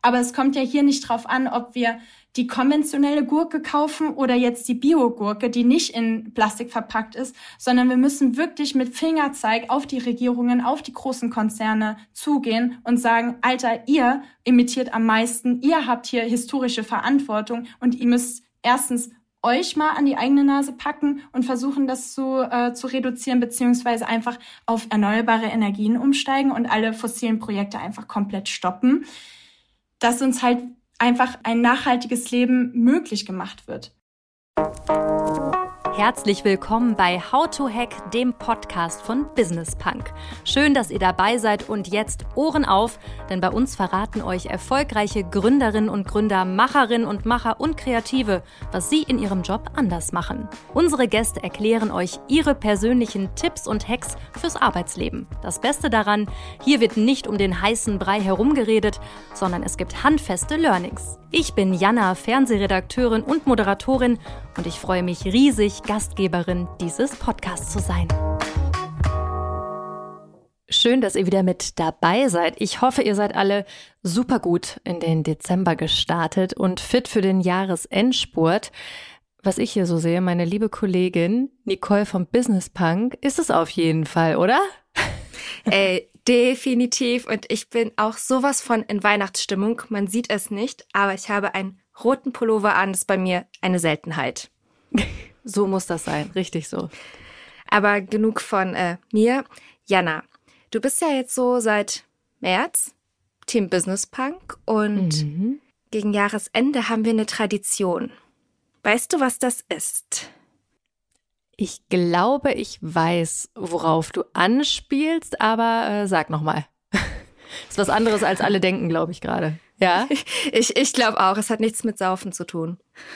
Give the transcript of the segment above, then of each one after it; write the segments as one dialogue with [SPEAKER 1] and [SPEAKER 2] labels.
[SPEAKER 1] Aber es kommt ja hier nicht drauf an, ob wir die konventionelle Gurke kaufen oder jetzt die Bio-Gurke, die nicht in Plastik verpackt ist, sondern wir müssen wirklich mit Fingerzeig auf die Regierungen, auf die großen Konzerne zugehen und sagen, Alter, ihr emittiert am meisten, ihr habt hier historische Verantwortung und ihr müsst erstens euch mal an die eigene Nase packen und versuchen, das zu reduzieren, beziehungsweise einfach auf erneuerbare Energien umsteigen und alle fossilen Projekte einfach komplett stoppen, dass uns halt einfach ein nachhaltiges Leben möglich gemacht wird.
[SPEAKER 2] Herzlich willkommen bei How to Hack, dem Podcast von Business Punk. Schön, dass ihr dabei seid und jetzt Ohren auf, denn bei uns verraten euch erfolgreiche Gründerinnen und Gründer, Macherinnen und Macher und Kreative, was sie in ihrem Job anders machen. Unsere Gäste erklären euch ihre persönlichen Tipps und Hacks fürs Arbeitsleben. Das Beste daran, hier wird nicht um den heißen Brei herumgeredet, sondern es gibt handfeste Learnings. Ich bin Jana, Fernsehredakteurin und Moderatorin und ich freue mich riesig, Gastgeberin dieses Podcasts zu sein. Schön, dass ihr wieder mit dabei seid. Ich hoffe, ihr seid alle super gut in den Dezember gestartet und fit für den Jahresendspurt. Was ich hier so sehe, meine liebe Kollegin Nicole vom Business Punk, ist es auf jeden Fall, oder?
[SPEAKER 3] Ey, definitiv. Und ich bin auch sowas von in Weihnachtsstimmung. Man sieht es nicht, aber ich habe einen roten Pullover an. Das ist bei mir eine Seltenheit.
[SPEAKER 2] So muss das sein, richtig so.
[SPEAKER 3] Aber genug von mir. Jana, du bist ja jetzt so seit März Team Business Punk und gegen Jahresende haben wir eine Tradition. Weißt du, was das ist?
[SPEAKER 2] Ich glaube, ich weiß, worauf du anspielst, aber sag nochmal. Ist was anderes, als alle denken, glaube ich gerade. Ja?
[SPEAKER 3] Ich glaube auch, es hat nichts mit Saufen zu tun.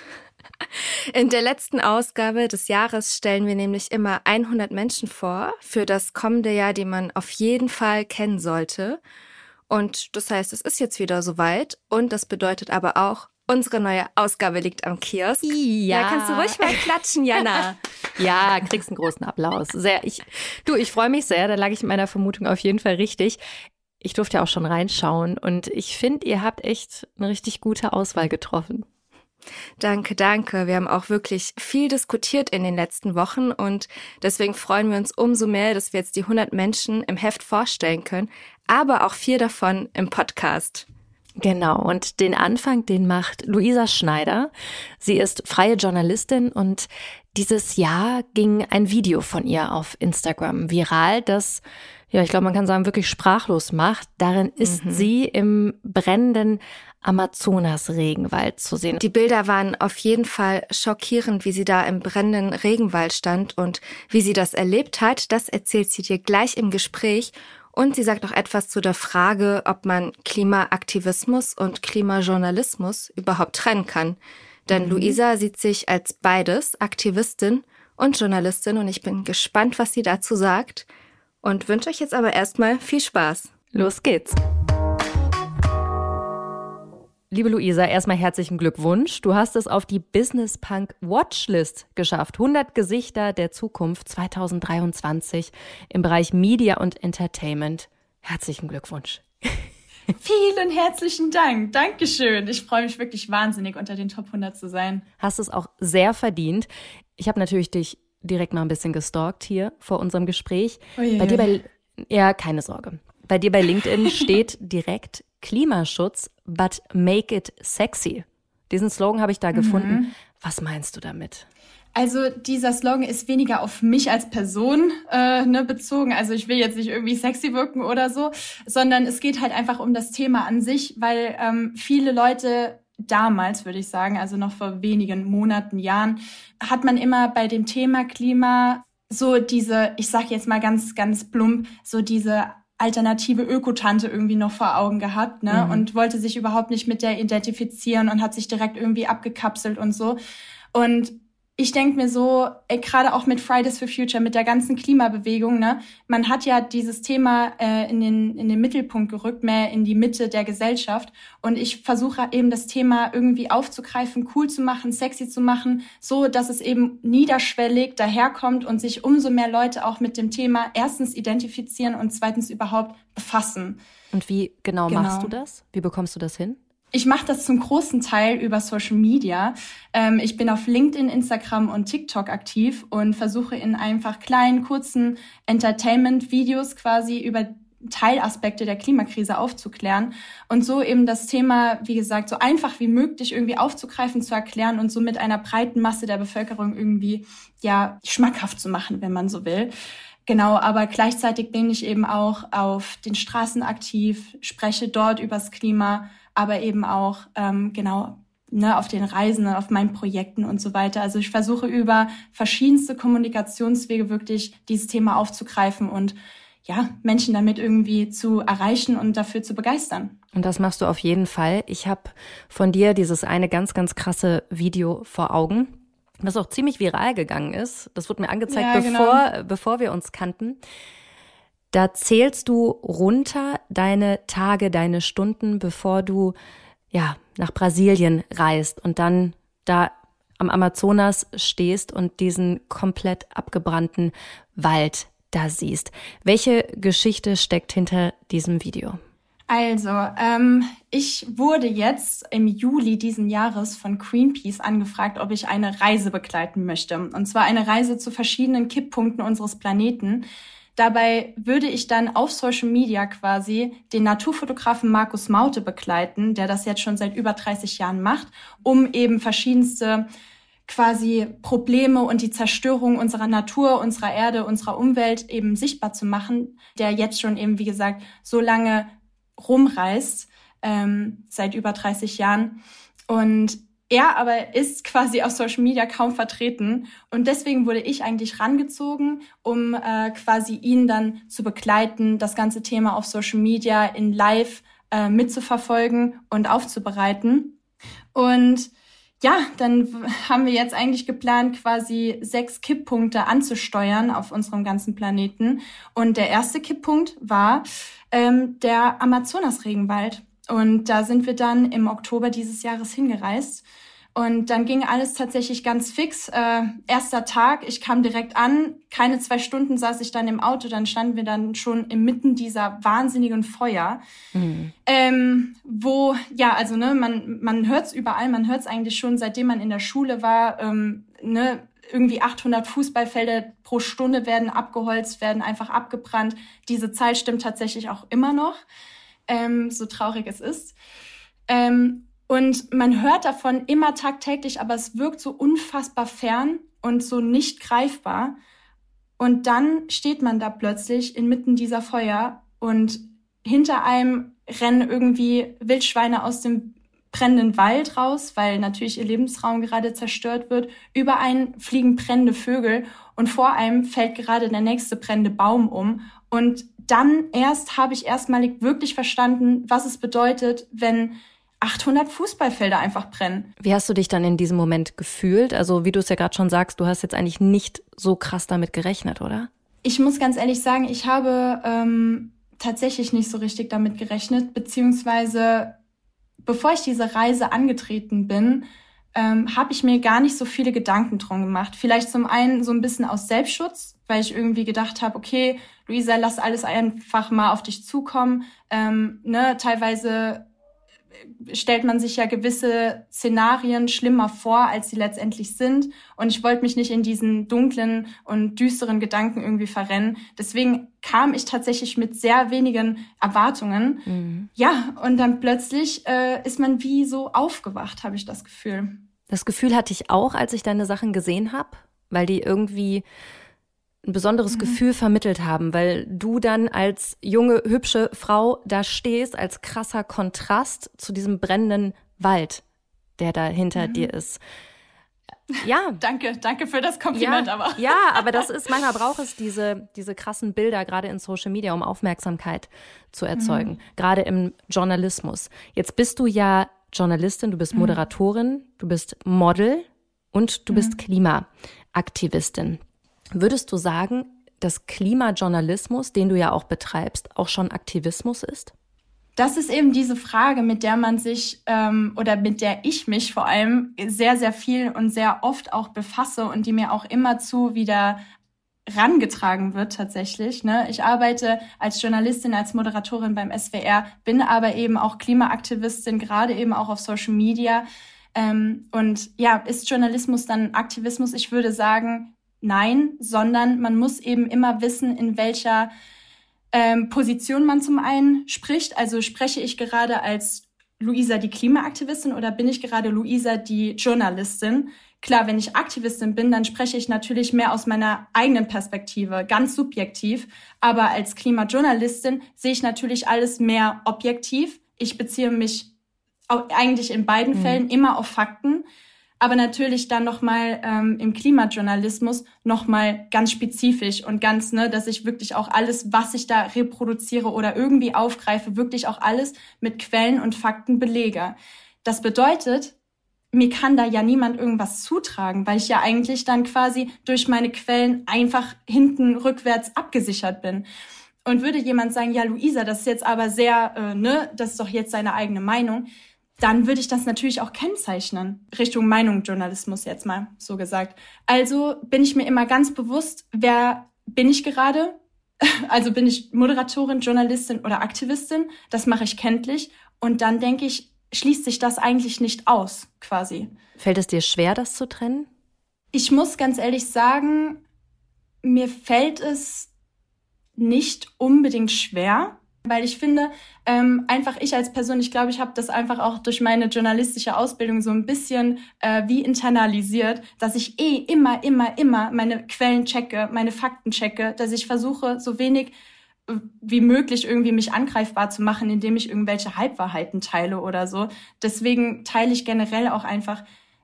[SPEAKER 3] In der letzten Ausgabe des Jahres stellen wir nämlich immer 100 Menschen vor für das kommende Jahr, die man auf jeden Fall kennen sollte. Und das heißt, es ist jetzt wieder soweit und das bedeutet aber auch, unsere neue Ausgabe liegt am Kiosk.
[SPEAKER 2] Ja,
[SPEAKER 3] kannst du ruhig mal klatschen, Jana.
[SPEAKER 2] Ja, kriegst einen großen Applaus. Ich freue mich sehr, da lag ich in meiner Vermutung auf jeden Fall richtig. Ich durfte ja auch schon reinschauen und ich finde, ihr habt echt eine richtig gute Auswahl getroffen.
[SPEAKER 3] Danke. Wir haben auch wirklich viel diskutiert in den letzten Wochen und deswegen freuen wir uns umso mehr, dass wir jetzt die 100 Menschen im Heft vorstellen können, aber auch 4 davon im Podcast.
[SPEAKER 2] Genau, und den Anfang, den macht Luisa Schneider. Sie ist freie Journalistin und dieses Jahr ging ein Video von ihr auf Instagram viral, das, ja, ich glaube, man kann sagen, wirklich sprachlos macht. Darin ist sie im brennenden Amazonas-Regenwald zu sehen.
[SPEAKER 3] Die Bilder waren auf jeden Fall schockierend, wie sie da im brennenden Regenwald stand und wie sie das erlebt hat. Das erzählt sie dir gleich im Gespräch. Und sie sagt auch etwas zu der Frage, ob man Klimaaktivismus und Klimajournalismus überhaupt trennen kann. Denn Luisa sieht sich als beides, Aktivistin und Journalistin. Und ich bin gespannt, was sie dazu sagt. Und wünsche euch jetzt aber erstmal viel Spaß.
[SPEAKER 2] Los geht's. Liebe Luisa, erstmal herzlichen Glückwunsch. Du hast es auf die Business Punk Watchlist geschafft. 100 Gesichter der Zukunft 2023 im Bereich Media und Entertainment. Herzlichen Glückwunsch.
[SPEAKER 1] Vielen herzlichen Dank. Dankeschön. Ich freue mich wirklich wahnsinnig, unter den Top 100 zu sein.
[SPEAKER 2] Hast es auch sehr verdient. Ich habe natürlich dich direkt mal ein bisschen gestalkt hier vor unserem Gespräch. Ja, keine Sorge. Bei dir bei LinkedIn steht direkt Klimaschutz, but make it sexy. Diesen Slogan habe ich da gefunden. Was meinst du damit?
[SPEAKER 1] Also dieser Slogan ist weniger auf mich als Person bezogen. Also ich will jetzt nicht irgendwie sexy wirken oder so, sondern es geht halt einfach um das Thema an sich, weil viele Leute damals, würde ich sagen, also noch vor wenigen Monaten, Jahren, hat man immer bei dem Thema Klima so diese, ich sag jetzt mal ganz, ganz plump, so diese alternative Ökotante irgendwie noch vor Augen gehabt, ne? Und wollte sich überhaupt nicht mit der identifizieren und hat sich direkt irgendwie abgekapselt und so. Und ich denke mir so, gerade auch mit Fridays for Future, mit der ganzen Klimabewegung, ne, man hat ja dieses Thema in den Mittelpunkt gerückt, mehr in die Mitte der Gesellschaft. Und ich versuche eben das Thema irgendwie aufzugreifen, cool zu machen, sexy zu machen, so dass es eben niederschwellig daherkommt und sich umso mehr Leute auch mit dem Thema erstens identifizieren und zweitens überhaupt befassen.
[SPEAKER 2] Und wie genau machst du das? Wie bekommst du das hin?
[SPEAKER 1] Ich mache das zum großen Teil über Social Media. Ich bin auf LinkedIn, Instagram und TikTok aktiv und versuche in einfach kleinen, kurzen Entertainment-Videos quasi über Teilaspekte der Klimakrise aufzuklären und so eben das Thema, wie gesagt, so einfach wie möglich irgendwie aufzugreifen, zu erklären und so mit einer breiten Masse der Bevölkerung irgendwie schmackhaft zu machen, wenn man so will. Genau, aber gleichzeitig bin ich eben auch auf den Straßen aktiv, spreche dort übers Klima, aber eben auch auf den Reisen, auf meinen Projekten und so weiter. Also ich versuche über verschiedenste Kommunikationswege wirklich dieses Thema aufzugreifen und Menschen damit irgendwie zu erreichen und dafür zu begeistern.
[SPEAKER 2] Und das machst du auf jeden Fall. Ich habe von dir dieses eine ganz, ganz krasse Video vor Augen, das auch ziemlich viral gegangen ist. Das wurde mir angezeigt, bevor wir uns kannten. Da zählst du runter deine Tage, deine Stunden, bevor du nach Brasilien reist und dann da am Amazonas stehst und diesen komplett abgebrannten Wald da siehst. Welche Geschichte steckt hinter diesem Video?
[SPEAKER 1] Also, ich wurde jetzt im Juli diesen Jahres von Greenpeace angefragt, ob ich eine Reise begleiten möchte. Und zwar eine Reise zu verschiedenen Kipppunkten unseres Planeten. Dabei würde ich dann auf Social Media quasi den Naturfotografen Markus Maute begleiten, der das jetzt schon seit über 30 Jahren macht, um eben verschiedenste quasi Probleme und die Zerstörung unserer Natur, unserer Erde, unserer Umwelt eben sichtbar zu machen, der jetzt schon eben, wie gesagt, so lange rumreist, seit über 30 Jahren. Und er aber ist quasi auf Social Media kaum vertreten. Und deswegen wurde ich eigentlich rangezogen, um quasi ihn dann zu begleiten, das ganze Thema auf Social Media in Live mitzuverfolgen und aufzubereiten. Und dann haben wir jetzt eigentlich geplant, quasi 6 Kipppunkte anzusteuern auf unserem ganzen Planeten. Und der erste Kipppunkt war der Amazonas-Regenwald. Und da sind wir dann im Oktober dieses Jahres hingereist. Und dann ging alles tatsächlich ganz fix. Erster Tag, ich kam direkt an, keine 2 Stunden saß ich dann im Auto, dann standen wir dann schon inmitten dieser wahnsinnigen Feuer. Mhm. Man hört es überall, man hört es eigentlich schon, seitdem man in der Schule war, irgendwie 800 Fußballfelder pro Stunde werden abgeholzt, werden einfach abgebrannt. Diese Zahl stimmt tatsächlich auch immer noch, so traurig es ist. Und man hört davon immer tagtäglich, aber es wirkt so unfassbar fern und so nicht greifbar. Und dann steht man da plötzlich inmitten dieser Feuer und hinter einem rennen irgendwie Wildschweine aus dem brennenden Wald raus, weil natürlich ihr Lebensraum gerade zerstört wird. Über einen fliegen brennende Vögel und vor einem fällt gerade der nächste brennende Baum um. Und dann erst habe ich erstmalig wirklich verstanden, was es bedeutet, wenn 800 Fußballfelder einfach brennen.
[SPEAKER 2] Wie hast du dich dann in diesem Moment gefühlt? Also wie du es ja gerade schon sagst, du hast jetzt eigentlich nicht so krass damit gerechnet, oder?
[SPEAKER 1] Ich muss ganz ehrlich sagen, ich habe tatsächlich nicht so richtig damit gerechnet, beziehungsweise bevor ich diese Reise angetreten bin, habe ich mir gar nicht so viele Gedanken drum gemacht. Vielleicht zum einen so ein bisschen aus Selbstschutz, weil ich irgendwie gedacht habe, okay, Luisa, lass alles einfach mal auf dich zukommen. Teilweise stellt man sich ja gewisse Szenarien schlimmer vor, als sie letztendlich sind. Und ich wollte mich nicht in diesen dunklen und düsteren Gedanken irgendwie verrennen. Deswegen kam ich tatsächlich mit sehr wenigen Erwartungen. Mhm. Ja, und dann plötzlich ist man wie so aufgewacht, habe ich das Gefühl.
[SPEAKER 2] Das Gefühl hatte ich auch, als ich deine Sachen gesehen habe, weil die irgendwie ein besonderes Gefühl vermittelt haben, weil du dann als junge, hübsche Frau da stehst, als krasser Kontrast zu diesem brennenden Wald, der da hinter dir ist. Ja.
[SPEAKER 1] Danke für das Kompliment, aber.
[SPEAKER 2] Ja, aber das ist, manchmal braucht es diese krassen Bilder, gerade in Social Media, um Aufmerksamkeit zu erzeugen, gerade im Journalismus. Jetzt bist du ja Journalistin, du bist Moderatorin, du bist Model und du bist Klimaaktivistin. Würdest du sagen, dass Klimajournalismus, den du ja auch betreibst, auch schon Aktivismus ist?
[SPEAKER 1] Das ist eben diese Frage, mit der man sich oder mit der ich mich vor allem sehr, sehr viel und sehr oft auch befasse und die mir auch immerzu wieder rangetragen wird tatsächlich. Ne? Ich arbeite als Journalistin, als Moderatorin beim SWR, bin aber eben auch Klimaaktivistin, gerade eben auch auf Social Media. Und ja, ist Journalismus dann Aktivismus? Ich würde sagen, nein, sondern man muss eben immer wissen, in welcher Position man zum einen spricht. Also spreche ich gerade als Luisa die Klimaaktivistin oder bin ich gerade Luisa die Journalistin? Klar, wenn ich Aktivistin bin, dann spreche ich natürlich mehr aus meiner eigenen Perspektive, ganz subjektiv. Aber als Klimajournalistin sehe ich natürlich alles mehr objektiv. Ich beziehe mich eigentlich in beiden Fällen immer auf Fakten, aber natürlich dann nochmal im Klimajournalismus nochmal ganz spezifisch und ganz, dass ich wirklich auch alles, was ich da reproduziere oder irgendwie aufgreife, wirklich auch alles mit Quellen und Fakten belege. Das bedeutet, mir kann da ja niemand irgendwas zutragen, weil ich ja eigentlich dann quasi durch meine Quellen einfach hinten rückwärts abgesichert bin. Und würde jemand sagen, ja, Luisa, das ist jetzt aber sehr, das ist doch jetzt seine eigene Meinung, dann würde ich das natürlich auch kennzeichnen. Richtung Meinungsjournalismus jetzt mal so gesagt. Also bin ich mir immer ganz bewusst, wer bin ich gerade? Also bin ich Moderatorin, Journalistin oder Aktivistin? Das mache ich kenntlich. Und dann denke ich, schließt sich das eigentlich nicht aus, quasi.
[SPEAKER 2] Fällt es dir schwer, das zu trennen?
[SPEAKER 1] Ich muss ganz ehrlich sagen, mir fällt es nicht unbedingt schwer, weil ich finde, einfach ich als Person, ich glaube, ich habe das einfach auch durch meine journalistische Ausbildung so ein bisschen wie internalisiert, dass ich immer meine Quellen checke, meine Fakten checke, dass ich versuche, so wenig wie möglich irgendwie mich angreifbar zu machen, indem ich irgendwelche Halbwahrheiten teile oder so. Deswegen teile ich generell auch einfach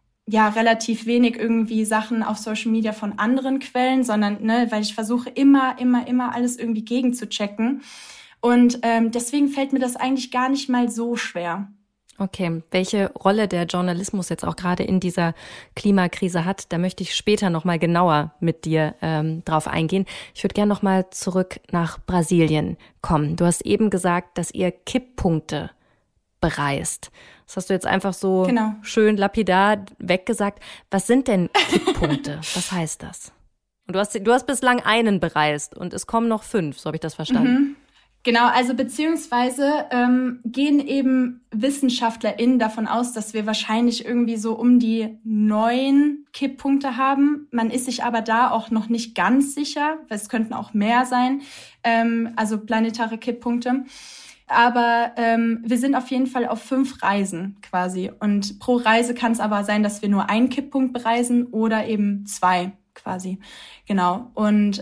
[SPEAKER 1] relativ wenig irgendwie Sachen auf Social Media von anderen Quellen, sondern weil ich versuche immer alles irgendwie gegen zu checken. Und deswegen fällt mir das eigentlich gar nicht mal so schwer.
[SPEAKER 2] Okay, welche Rolle der Journalismus jetzt auch gerade in dieser Klimakrise hat, da möchte ich später nochmal genauer mit dir drauf eingehen. Ich würde gerne nochmal zurück nach Brasilien kommen. Du hast eben gesagt, dass ihr Kipppunkte bereist. Das hast du jetzt einfach so schön lapidar weggesagt. Was sind denn Kipppunkte? Was heißt das? Und du hast bislang einen bereist und es kommen noch 5, so habe ich das verstanden.
[SPEAKER 1] Genau, also beziehungsweise gehen eben WissenschaftlerInnen davon aus, dass wir wahrscheinlich irgendwie so um die 9 Kipppunkte haben. Man ist sich aber da auch noch nicht ganz sicher, weil es könnten auch mehr sein, also planetare Kipppunkte. Aber wir sind auf jeden Fall auf 5 Reisen quasi. Und pro Reise kann es aber sein, dass wir nur einen Kipppunkt bereisen oder eben 2 quasi. Genau. Und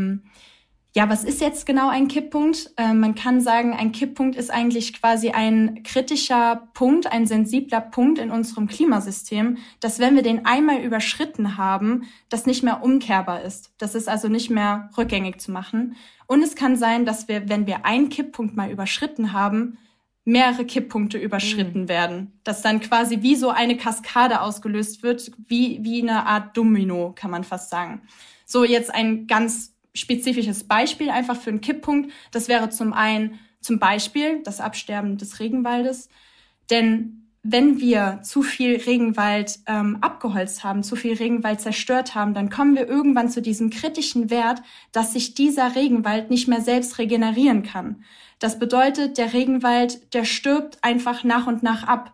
[SPEAKER 1] was ist jetzt genau ein Kipppunkt? Man kann sagen, ein Kipppunkt ist eigentlich quasi ein kritischer Punkt, ein sensibler Punkt in unserem Klimasystem, dass wenn wir den einmal überschritten haben, das nicht mehr umkehrbar ist. Das ist also nicht mehr rückgängig zu machen. Und es kann sein, dass wir, wenn wir einen Kipppunkt mal überschritten haben, mehrere Kipppunkte überschritten werden. Dass dann quasi wie so eine Kaskade ausgelöst wird, wie eine Art Domino, kann man fast sagen. So, jetzt ein ganz spezifisches Beispiel einfach für einen Kipppunkt. Das wäre zum Beispiel das Absterben des Regenwaldes. Denn wenn wir zu viel Regenwald abgeholzt haben, zu viel Regenwald zerstört haben, dann kommen wir irgendwann zu diesem kritischen Wert, dass sich dieser Regenwald nicht mehr selbst regenerieren kann. Das bedeutet, der Regenwald, der stirbt einfach nach und nach ab.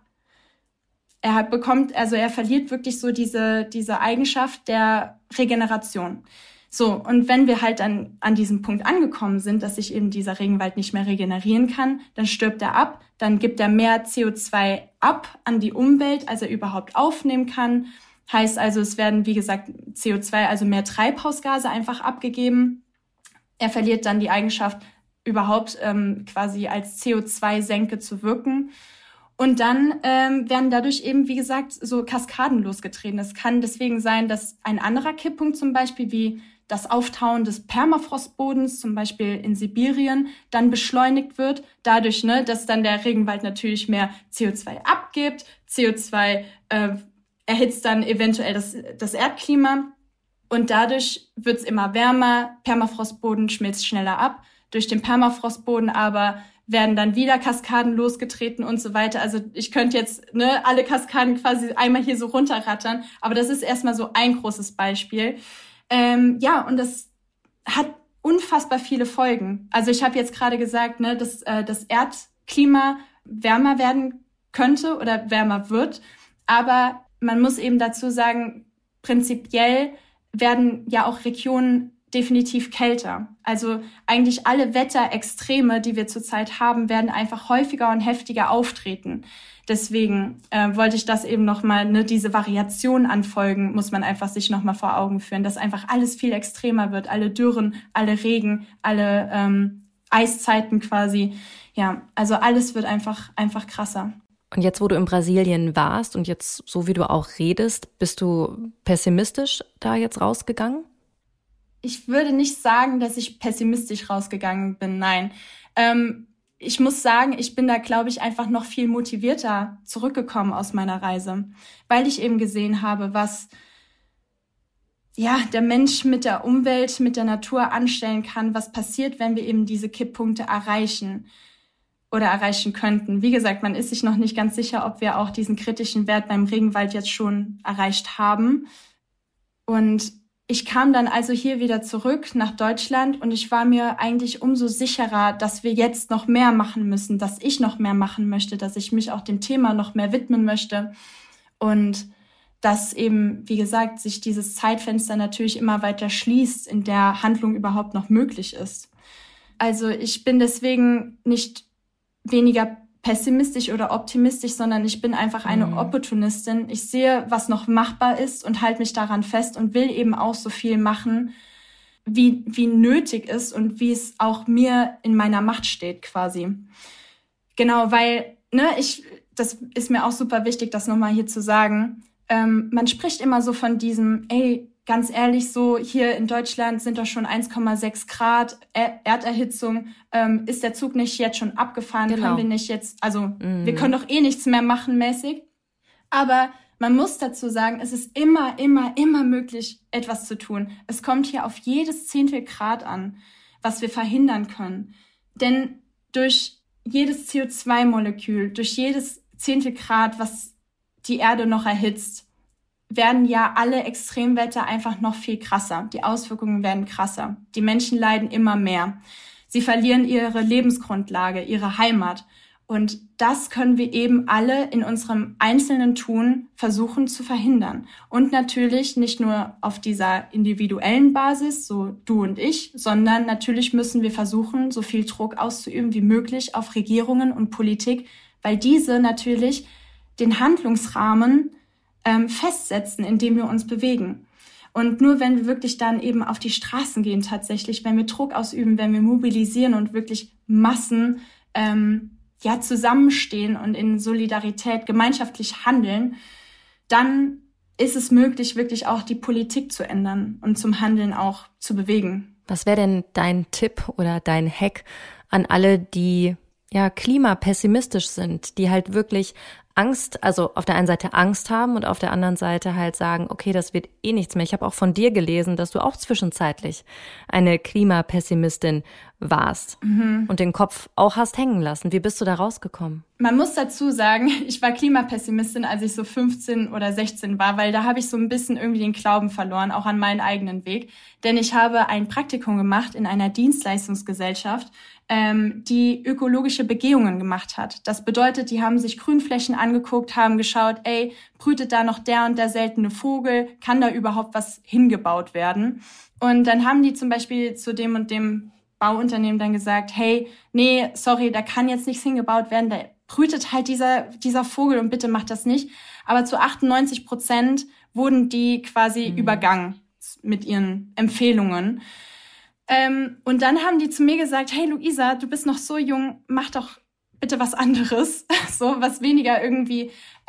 [SPEAKER 1] Er verliert wirklich so diese Eigenschaft der Regeneration. So, und wenn wir halt dann an diesem Punkt angekommen sind, dass sich eben dieser Regenwald nicht mehr regenerieren kann, dann stirbt er ab, dann gibt er mehr CO2 ab an die Umwelt, als er überhaupt aufnehmen kann. Heißt also, es werden, wie gesagt, CO2, also mehr Treibhausgase einfach abgegeben. Er verliert dann die Eigenschaft, überhaupt quasi als CO2-Senke zu wirken. Und dann werden dadurch eben, wie gesagt, so Kaskaden losgetreten. Es kann deswegen sein, dass ein anderer Kipppunkt zum Beispiel wie das Auftauen des Permafrostbodens, zum Beispiel in Sibirien, dann beschleunigt wird, dadurch, dass dann der Regenwald natürlich mehr CO2 abgibt. CO2 erhitzt dann eventuell das Erdklima und dadurch wird es immer wärmer, Permafrostboden schmilzt schneller ab. Durch den Permafrostboden aber werden dann wieder Kaskaden losgetreten und so weiter. Also ich könnte jetzt alle Kaskaden quasi einmal hier so runterrattern, aber das ist erstmal so ein großes Beispiel. Und das hat unfassbar viele Folgen. Also ich habe jetzt gerade gesagt, ne, dass das Erdklima wärmer werden könnte oder wärmer wird. Aber man muss eben dazu sagen, prinzipiell werden ja auch Regionen definitiv kälter. Also eigentlich alle Wetterextreme, die wir zurzeit haben, werden einfach häufiger und heftiger auftreten. Deswegen wollte ich das eben nochmal, ne, diese Variation an Folgen muss man einfach sich nochmal vor Augen führen, dass einfach alles viel extremer wird. Alle Dürren, alle Regen, alle Eiszeiten quasi. Ja, also alles wird einfach krasser.
[SPEAKER 2] Und jetzt, wo du in Brasilien warst und jetzt, so wie du auch redest, bist du pessimistisch da jetzt rausgegangen?
[SPEAKER 1] Ich würde nicht sagen, dass ich pessimistisch rausgegangen bin, nein. Ich muss sagen, ich bin da, glaube ich, einfach noch viel motivierter zurückgekommen aus meiner Reise, weil ich eben gesehen habe, was der Mensch mit der Umwelt, mit der Natur anstellen kann, was passiert, wenn wir eben diese Kipppunkte erreichen oder erreichen könnten. Wie gesagt, man ist sich noch nicht ganz sicher, ob wir auch diesen kritischen Wert beim Regenwald jetzt schon erreicht haben. Und ich kam dann also hier wieder zurück nach Deutschland und ich war mir eigentlich umso sicherer, dass wir jetzt noch mehr machen müssen, dass ich noch mehr machen möchte, dass ich mich auch dem Thema noch mehr widmen möchte und dass eben, wie gesagt, sich dieses Zeitfenster natürlich immer weiter schließt, in der Handlung überhaupt noch möglich ist. Also ich bin deswegen nicht weniger pessimistisch oder optimistisch, sondern ich bin einfach eine Opportunistin. Ich sehe, was noch machbar ist und halte mich daran fest und will eben auch so viel machen, wie nötig ist und wie es auch mir in meiner Macht steht quasi. Genau, weil, das ist mir auch super wichtig, das nochmal hier zu sagen. Man spricht immer so von diesem, ganz ehrlich, so hier in Deutschland sind doch schon 1,6 Grad Erderhitzung. Ist der Zug nicht jetzt schon abgefahren? Genau. Können wir nicht jetzt, wir können doch nichts mehr machen mäßig. Aber man muss dazu sagen, es ist immer möglich, etwas zu tun. Es kommt hier auf jedes Zehntel Grad an, was wir verhindern können. Denn durch jedes CO2-Molekül, durch jedes Zehntel Grad, was die Erde noch erhitzt, werden ja alle Extremwetter einfach noch viel krasser. Die Auswirkungen werden krasser. Die Menschen leiden immer mehr. Sie verlieren ihre Lebensgrundlage, ihre Heimat. Und das können wir eben alle in unserem einzelnen Tun versuchen zu verhindern. Und natürlich nicht nur auf dieser individuellen Basis, so du und ich, sondern natürlich müssen wir versuchen, so viel Druck auszuüben wie möglich auf Regierungen und Politik, weil diese natürlich den Handlungsrahmen festsetzen, in dem wir uns bewegen. Und nur wenn wir wirklich dann eben auf die Straßen gehen tatsächlich, wenn wir Druck ausüben, wenn wir mobilisieren und wirklich Massen zusammenstehen und in Solidarität gemeinschaftlich handeln, dann ist es möglich, wirklich auch die Politik zu ändern und zum Handeln auch zu bewegen.
[SPEAKER 2] Was wäre denn dein Tipp oder dein Hack an alle, die klimapessimistisch sind, die halt wirklich Angst, also auf der einen Seite Angst haben und auf der anderen Seite halt sagen, okay, das wird nichts mehr. Ich habe auch von dir gelesen, dass du auch zwischenzeitlich eine Klimapessimistin warst und den Kopf auch hast hängen lassen. Wie bist du da rausgekommen?
[SPEAKER 1] Man muss dazu sagen, ich war Klimapessimistin, als ich so 15 oder 16 war, weil da habe ich so ein bisschen irgendwie den Glauben verloren, auch an meinen eigenen Weg. Denn ich habe ein Praktikum gemacht in einer Dienstleistungsgesellschaft, die ökologische Begehungen gemacht hat. Das bedeutet, die haben sich Grünflächen angeguckt, haben geschaut, brütet da noch der und der seltene Vogel, kann da überhaupt was hingebaut werden? Und dann haben die zum Beispiel zu dem und dem Bauunternehmen dann gesagt, nee, sorry, da kann jetzt nichts hingebaut werden, da brütet halt dieser Vogel und bitte macht das nicht. Aber zu 98% wurden die quasi übergangen mit ihren Empfehlungen. Und dann haben die zu mir gesagt, hey Luisa, du bist noch so jung, mach doch bitte was anderes, so was weniger irgendwie,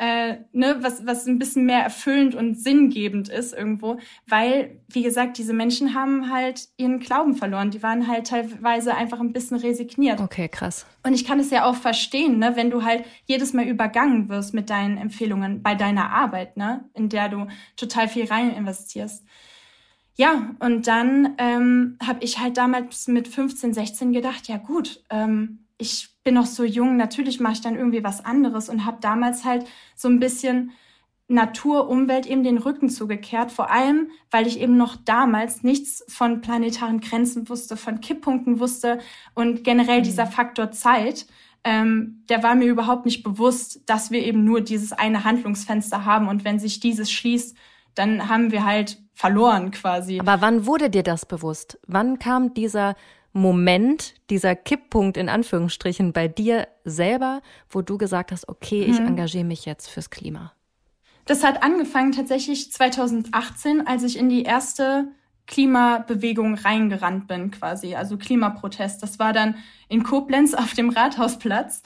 [SPEAKER 1] was ein bisschen mehr erfüllend und sinngebend ist irgendwo, weil, wie gesagt, diese Menschen haben halt ihren Glauben verloren, die waren halt teilweise einfach ein bisschen resigniert.
[SPEAKER 2] Okay, krass.
[SPEAKER 1] Und ich kann es ja auch verstehen, ne, wenn du halt jedes Mal übergangen wirst mit deinen Empfehlungen bei deiner Arbeit, ne, in der du total viel rein investierst. Ja, und dann habe ich halt damals mit 15, 16 gedacht, ja gut, ich bin noch so jung, natürlich mache ich dann irgendwie was anderes und habe damals halt so ein bisschen Natur, Umwelt eben den Rücken zugekehrt, vor allem, weil ich eben noch damals nichts von planetaren Grenzen wusste, von Kipppunkten wusste und generell dieser Faktor Zeit, der war mir überhaupt nicht bewusst, dass wir eben nur dieses eine Handlungsfenster haben und wenn sich dieses schließt, dann haben wir halt verloren quasi.
[SPEAKER 2] Aber wann wurde dir das bewusst? Wann kam dieser Moment, dieser Kipppunkt in Anführungsstrichen bei dir selber, wo du gesagt hast, okay, ich engagiere mich jetzt fürs Klima?
[SPEAKER 1] Das hat angefangen tatsächlich 2018, als ich in die erste Klimabewegung reingerannt bin quasi, also Klimaprotest. Das war dann in Koblenz auf dem Rathausplatz.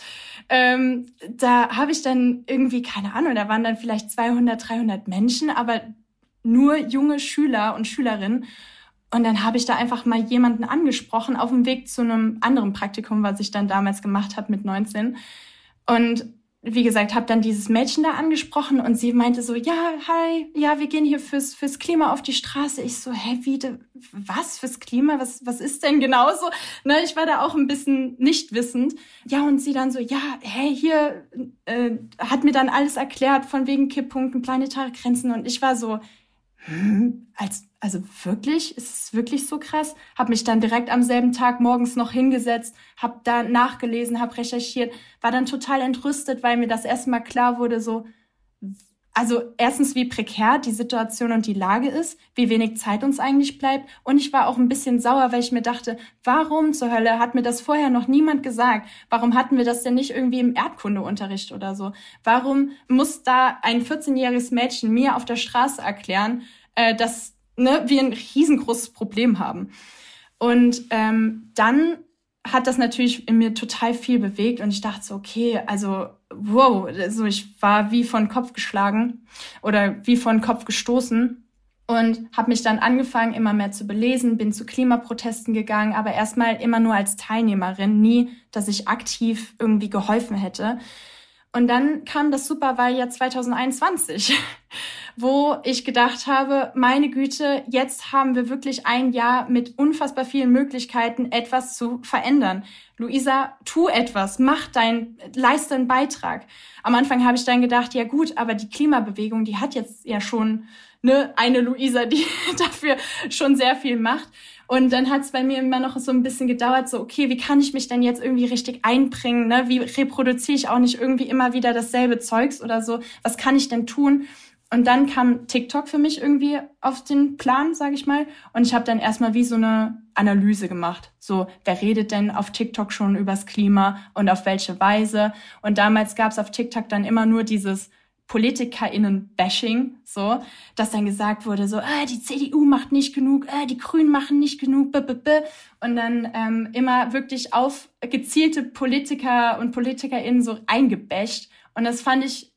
[SPEAKER 1] Da habe ich dann irgendwie, keine Ahnung, da waren dann vielleicht 200, 300 Menschen, aber nur junge Schüler und Schülerinnen. Und dann habe ich da einfach mal jemanden angesprochen auf dem Weg zu einem anderen Praktikum, was ich dann damals gemacht habe mit 19. Und wie gesagt, habe dann dieses Mädchen da angesprochen und sie meinte so, ja, hi, ja, wir gehen hier fürs Klima auf die Straße. Ich so, was fürs Klima? Was ist denn genau so? Ne, ich war da auch ein bisschen nicht wissend. Ja, und sie dann so, ja, hey, hier hat mir dann alles erklärt von wegen Kipppunkten, planetare Grenzen und ich war so, also wirklich? Ist es wirklich so krass? Hab mich dann direkt am selben Tag morgens noch hingesetzt, hab da nachgelesen, hab recherchiert, war dann total entrüstet, weil mir das erstmal klar wurde, so, also erstens, wie prekär die Situation und die Lage ist, wie wenig Zeit uns eigentlich bleibt. Und ich war auch ein bisschen sauer, weil ich mir dachte, warum zur Hölle hat mir das vorher noch niemand gesagt? Warum hatten wir das denn nicht irgendwie im Erdkundeunterricht oder so? Warum muss da ein 14-jähriges Mädchen mir auf der Straße erklären, dass wir ein riesengroßes Problem haben? Und dann hat das natürlich in mir total viel bewegt und ich dachte so, okay, also wow, also ich war wie von Kopf geschlagen oder wie von Kopf gestoßen und habe mich dann angefangen, immer mehr zu belesen, bin zu Klimaprotesten gegangen, aber erstmal immer nur als Teilnehmerin, nie, dass ich aktiv irgendwie geholfen hätte. Und dann kam das Superwahljahr 2021, wo ich gedacht habe, meine Güte, jetzt haben wir wirklich ein Jahr mit unfassbar vielen Möglichkeiten, etwas zu verändern. Luisa, tu etwas, leiste einen Beitrag. Am Anfang habe ich dann gedacht, ja gut, aber die Klimabewegung, die hat jetzt ja schon eine Luisa, die dafür schon sehr viel macht. Und dann hat es bei mir immer noch so ein bisschen gedauert, so okay, wie kann ich mich denn jetzt irgendwie richtig einbringen? Ne? Wie reproduziere ich auch nicht irgendwie immer wieder dasselbe Zeugs oder so? Was kann ich denn tun? Und dann kam TikTok für mich irgendwie auf den Plan, sage ich mal. Und ich habe dann erstmal wie so eine Analyse gemacht. So, wer redet denn auf TikTok schon übers Klima und auf welche Weise? Und damals gab es auf TikTok dann immer nur dieses PolitikerInnen-Bashing, so, dass dann gesagt wurde, so, die CDU macht nicht genug, die Grünen machen nicht genug, und dann immer wirklich auf gezielte Politiker und PolitikerInnen so eingebasht. Und das fand ich,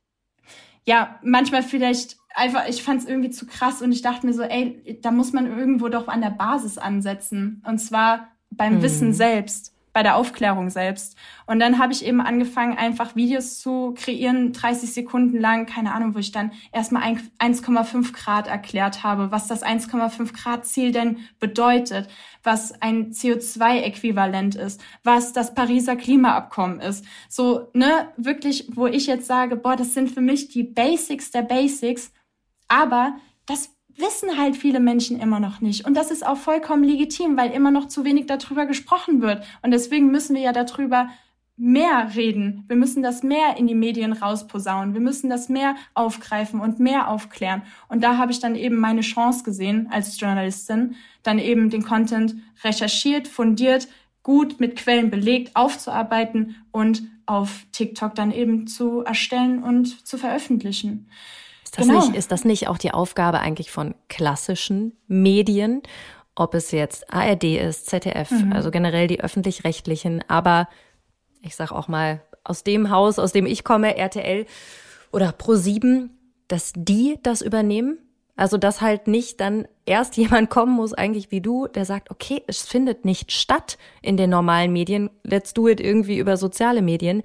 [SPEAKER 1] ja, manchmal vielleicht einfach, ich fand es irgendwie zu krass und ich dachte mir so, da muss man irgendwo doch an der Basis ansetzen. Und zwar beim Wissen selbst, bei der Aufklärung selbst. Und dann habe ich eben angefangen, einfach Videos zu kreieren, 30 Sekunden lang, keine Ahnung, wo ich dann erstmal 1,5 Grad erklärt habe, was das 1,5 Grad Ziel denn bedeutet, was ein CO2-Äquivalent ist, was das Pariser Klimaabkommen ist. So, wirklich, wo ich jetzt sage, das sind für mich die Basics der Basics, aber das wissen halt viele Menschen immer noch nicht. Und das ist auch vollkommen legitim, weil immer noch zu wenig darüber gesprochen wird. Und deswegen müssen wir ja darüber mehr reden. Wir müssen das mehr in die Medien rausposaunen. Wir müssen das mehr aufgreifen und mehr aufklären. Und da habe ich dann eben meine Chance gesehen als Journalistin, dann eben den Content recherchiert, fundiert, gut mit Quellen belegt, aufzuarbeiten und auf TikTok dann eben zu erstellen und zu veröffentlichen.
[SPEAKER 2] Ist das nicht auch die Aufgabe eigentlich von klassischen Medien, ob es jetzt ARD ist, ZDF, also generell die öffentlich-rechtlichen, aber ich sag auch mal aus dem Haus, aus dem ich komme, RTL oder Pro7, dass die das übernehmen? Also dass halt nicht dann erst jemand kommen muss, eigentlich wie du, der sagt, okay, es findet nicht statt in den normalen Medien, let's do it irgendwie über soziale Medien.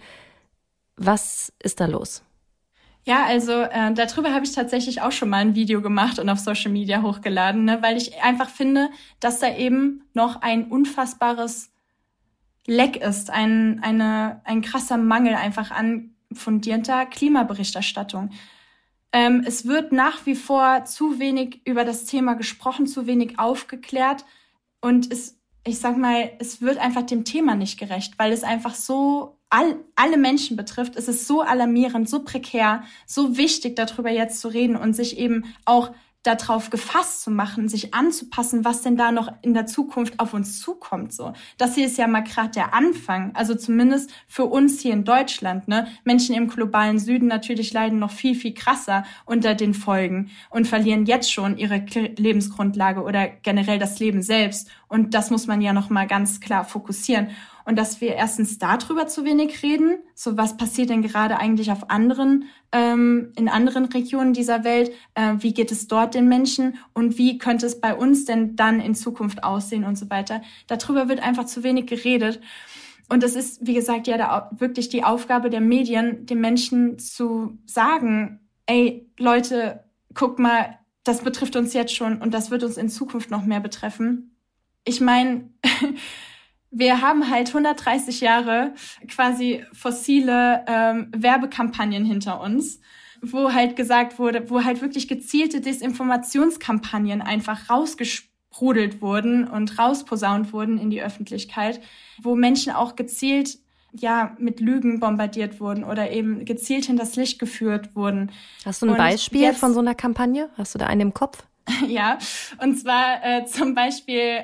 [SPEAKER 2] Was ist da los?
[SPEAKER 1] Ja, also darüber habe ich tatsächlich auch schon mal ein Video gemacht und auf Social Media hochgeladen, weil ich einfach finde, dass da eben noch ein unfassbares Leck ist, ein krasser Mangel einfach an fundierter Klimaberichterstattung. Es wird nach wie vor zu wenig über das Thema gesprochen, zu wenig aufgeklärt und es wird einfach dem Thema nicht gerecht, weil es einfach so alle Menschen betrifft. Es ist so alarmierend, so prekär, so wichtig, darüber jetzt zu reden und sich eben auch darauf gefasst zu machen, sich anzupassen, was denn da noch in der Zukunft auf uns zukommt. So, das hier ist ja mal gerade der Anfang, also zumindest für uns hier in Deutschland. Ne? Menschen im globalen Süden natürlich leiden noch viel, viel krasser unter den Folgen und verlieren jetzt schon ihre Lebensgrundlage oder generell das Leben selbst. Und das muss man ja noch mal ganz klar fokussieren. Und dass wir erstens darüber zu wenig reden, so was passiert denn gerade eigentlich auf in anderen Regionen dieser Welt, wie geht es dort den Menschen und wie könnte es bei uns denn dann in Zukunft aussehen und so weiter. Darüber wird einfach zu wenig geredet. Und es ist, wie gesagt, ja wirklich die Aufgabe der Medien, den Menschen zu sagen, ey, Leute, guck mal, das betrifft uns jetzt schon und das wird uns in Zukunft noch mehr betreffen. Ich meine, wir haben halt 130 Jahre quasi fossile Werbekampagnen hinter uns, wo halt gesagt wurde, wo halt wirklich gezielte Desinformationskampagnen einfach rausgesprudelt wurden und rausposaunt wurden in die Öffentlichkeit, wo Menschen auch gezielt mit Lügen bombardiert wurden oder eben gezielt hinters Licht geführt wurden.
[SPEAKER 2] Hast du ein Beispiel von so einer Kampagne? Hast du da einen im Kopf?
[SPEAKER 1] Ja, und zwar zum Beispiel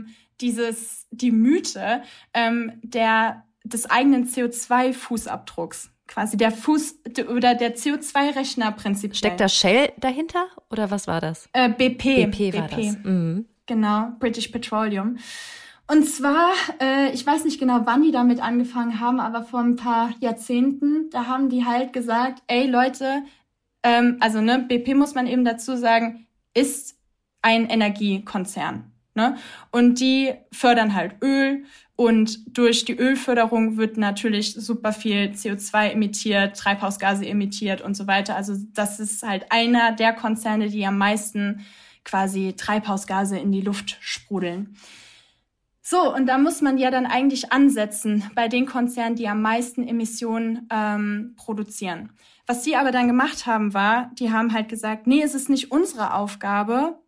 [SPEAKER 1] die Mythe des eigenen CO2-Fußabdrucks. Quasi der CO2-Rechner prinzipiell.
[SPEAKER 2] Steckt da Shell dahinter oder was war das?
[SPEAKER 1] BP
[SPEAKER 2] war das. Mhm.
[SPEAKER 1] Genau, British Petroleum. Und zwar, ich weiß nicht genau, wann die damit angefangen haben, aber vor ein paar Jahrzehnten, da haben die halt gesagt, ey Leute, BP muss man eben dazu sagen, ist ein Energiekonzern. Ne? Und die fördern halt Öl und durch die Ölförderung wird natürlich super viel CO2 emittiert, Treibhausgase emittiert und so weiter. Also das ist halt einer der Konzerne, die am meisten quasi Treibhausgase in die Luft sprudeln. So, und da muss man ja dann eigentlich ansetzen bei den Konzernen, die am meisten Emissionen produzieren. Was die aber dann gemacht haben, die haben halt gesagt, nee, es ist nicht unsere Aufgabe,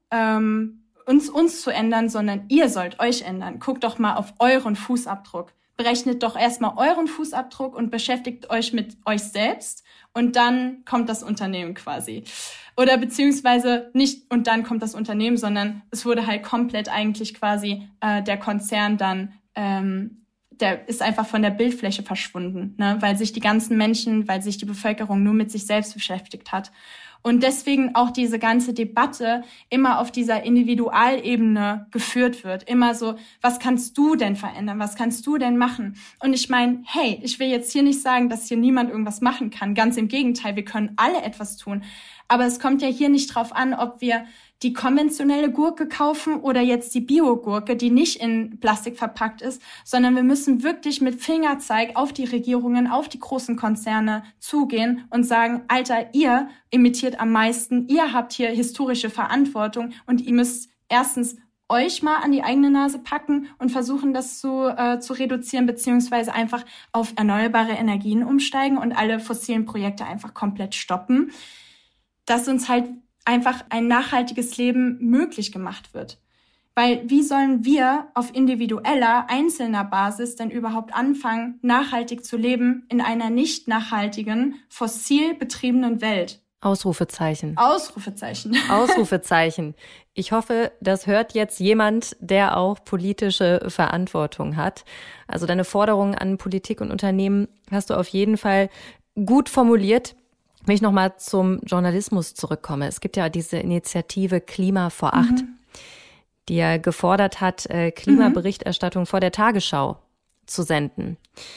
[SPEAKER 1] uns zu ändern, sondern ihr sollt euch ändern. Guckt doch mal auf euren Fußabdruck. Berechnet doch erstmal euren Fußabdruck und beschäftigt euch mit euch selbst und dann kommt das Unternehmen quasi. Oder beziehungsweise nicht und dann kommt das Unternehmen, sondern es wurde halt komplett eigentlich quasi der Konzern dann, der ist einfach von der Bildfläche verschwunden, ne? Weil sich die Bevölkerung nur mit sich selbst beschäftigt hat. Und deswegen auch diese ganze Debatte immer auf dieser Individualebene geführt wird. Immer so, was kannst du denn verändern? Was kannst du denn machen? Und ich meine, hey, ich will jetzt hier nicht sagen, dass hier niemand irgendwas machen kann. Ganz im Gegenteil, wir können alle etwas tun. Aber es kommt ja hier nicht drauf an, ob wir die konventionelle Gurke kaufen oder jetzt die Bio-Gurke, die nicht in Plastik verpackt ist, sondern wir müssen wirklich mit Fingerzeig auf die Regierungen, auf die großen Konzerne zugehen und sagen, Alter, ihr emittiert am meisten, ihr habt hier historische Verantwortung und ihr müsst erstens euch mal an die eigene Nase packen und versuchen, das zu reduzieren, beziehungsweise einfach auf erneuerbare Energien umsteigen und alle fossilen Projekte einfach komplett stoppen, dass uns halt einfach ein nachhaltiges Leben möglich gemacht wird. Weil wie sollen wir auf individueller, einzelner Basis denn überhaupt anfangen, nachhaltig zu leben in einer nicht nachhaltigen, fossil betriebenen Welt?
[SPEAKER 2] Ausrufezeichen.
[SPEAKER 1] Ausrufezeichen.
[SPEAKER 2] Ausrufezeichen. Ich hoffe, das hört jetzt jemand, der auch politische Verantwortung hat. Also deine Forderungen an Politik und Unternehmen hast du auf jeden Fall gut formuliert. Wenn ich nochmal zum Journalismus zurückkomme. Es gibt ja diese Initiative Klima vor 8, die ja gefordert hat, Klimaberichterstattung vor der Tagesschau zu senden.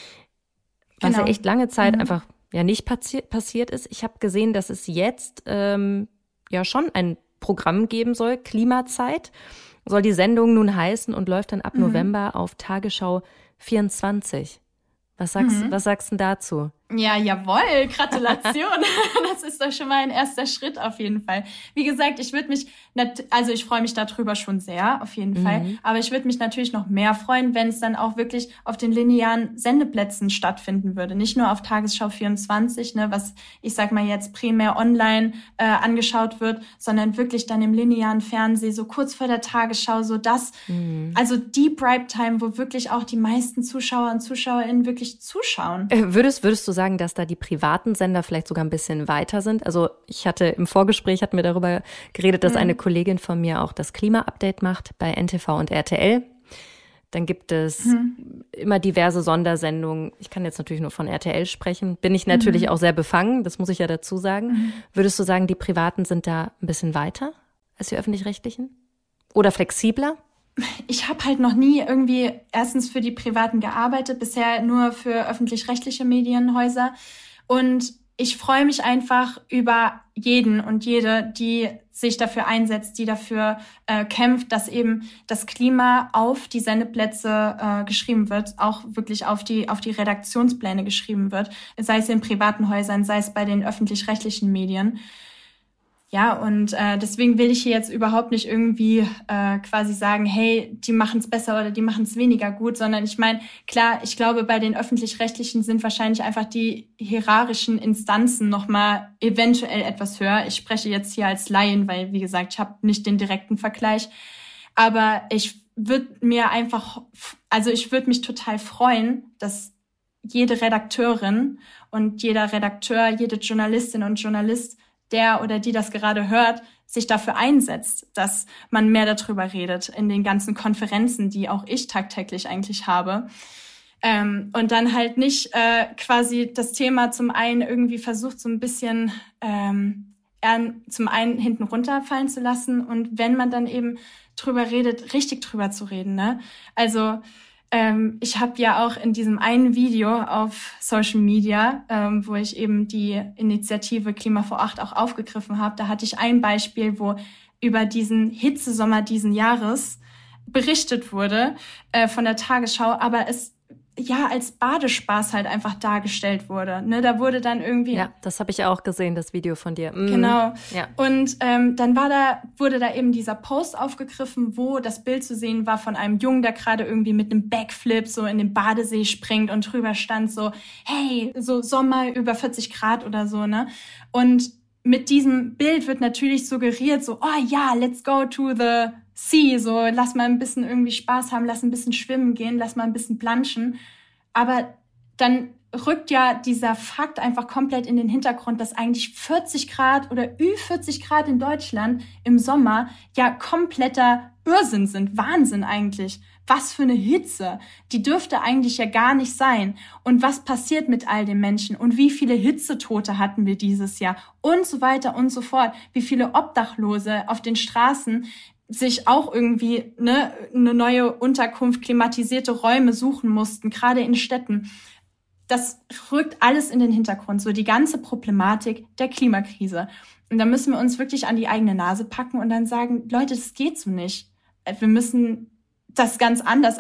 [SPEAKER 2] Was ja echt lange Zeit einfach nicht passiert ist. Ich habe gesehen, dass es jetzt schon ein Programm geben soll, Klimazeit, soll die Sendung nun heißen und läuft dann ab November auf Tagesschau 24. Was sagst du dazu?
[SPEAKER 1] Ja, jawohl, Gratulation. Das ist doch schon mal ein erster Schritt auf jeden Fall. Wie gesagt, ich freue mich darüber schon sehr, auf jeden Fall. Aber ich würde mich natürlich noch mehr freuen, wenn es dann auch wirklich auf den linearen Sendeplätzen stattfinden würde. Nicht nur auf Tagesschau 24, ne, was ich sag mal jetzt primär online angeschaut wird, sondern wirklich dann im linearen Fernsehen, so kurz vor der Tagesschau, so das, also die Primetime, wo wirklich auch die meisten Zuschauer und ZuschauerInnen wirklich zuschauen.
[SPEAKER 2] Würdest du sagen, dass da die privaten Sender vielleicht sogar ein bisschen weiter sind? Also im Vorgespräch hatten wir darüber geredet, dass eine Kollegin von mir auch das Klima-Update macht bei NTV und RTL. Dann gibt es immer diverse Sondersendungen. Ich kann jetzt natürlich nur von RTL sprechen. Bin ich natürlich auch sehr befangen, das muss ich ja dazu sagen. Würdest du sagen, die Privaten sind da ein bisschen weiter als die Öffentlich-Rechtlichen? Oder flexibler?
[SPEAKER 1] Ich habe halt noch nie irgendwie erstens für die Privaten gearbeitet, bisher nur für öffentlich-rechtliche Medienhäuser. Und ich freue mich einfach über jeden und jede, die sich dafür einsetzt, die dafür kämpft, dass eben das Klima auf die Sendeplätze geschrieben wird, auch wirklich auf die Redaktionspläne geschrieben wird, sei es in privaten Häusern, sei es bei den öffentlich-rechtlichen Medien. Ja, und deswegen will ich hier jetzt überhaupt nicht irgendwie quasi sagen, hey, die machen es besser oder die machen es weniger gut, sondern ich meine, klar, ich glaube, bei den Öffentlich-Rechtlichen sind wahrscheinlich einfach die hierarchischen Instanzen nochmal eventuell etwas höher. Ich spreche jetzt hier als Laien, weil, wie gesagt, ich habe nicht den direkten Vergleich. Aber ich würde mich total freuen, dass jede Redakteurin und jeder Redakteur, jede Journalistin und Journalist, der oder die das gerade hört, sich dafür einsetzt, dass man mehr darüber redet in den ganzen Konferenzen, die auch ich tagtäglich eigentlich habe. Und dann halt nicht quasi das Thema zum einen irgendwie versucht, so ein bisschen zum einen hinten runterfallen zu lassen und wenn man dann eben drüber redet, richtig drüber zu reden, ne? Also ich habe ja auch in diesem einen Video auf Social Media, wo ich eben die Initiative Klima vor 8 auch aufgegriffen habe, da hatte ich ein Beispiel, wo über diesen Hitzesommer diesen Jahres berichtet wurde von der Tagesschau, aber es ja als Badespaß halt einfach dargestellt wurde. Ne, da wurde dann irgendwie...
[SPEAKER 2] Ja, das habe ich auch gesehen, das Video von dir.
[SPEAKER 1] Genau.
[SPEAKER 2] Ja.
[SPEAKER 1] Und dann wurde da eben dieser Post aufgegriffen, wo das Bild zu sehen war von einem Jungen, der gerade irgendwie mit einem Backflip so in den Badesee springt und drüber stand so, hey, so Sommer über 40 Grad oder so, ne? Und mit diesem Bild wird natürlich suggeriert so, oh ja, let's go to the sea, so lass mal ein bisschen irgendwie Spaß haben, lass ein bisschen schwimmen gehen, lass mal ein bisschen planschen. Aber dann rückt ja dieser Fakt einfach komplett in den Hintergrund, dass eigentlich 40 Grad oder Ü40 Grad in Deutschland im Sommer ja kompletter Irrsinn sind. Wahnsinn eigentlich. Was für eine Hitze. Die dürfte eigentlich ja gar nicht sein. Und was passiert mit all den Menschen? Und wie viele Hitzetote hatten wir dieses Jahr? Und so weiter und so fort. Wie viele Obdachlose auf den Straßen sich auch irgendwie eine neue Unterkunft, klimatisierte Räume suchen mussten, gerade in Städten. Das rückt alles in den Hintergrund, so die ganze Problematik der Klimakrise. Und da müssen wir uns wirklich an die eigene Nase packen und dann sagen, Leute, das geht so nicht. Wir müssen das ganz anders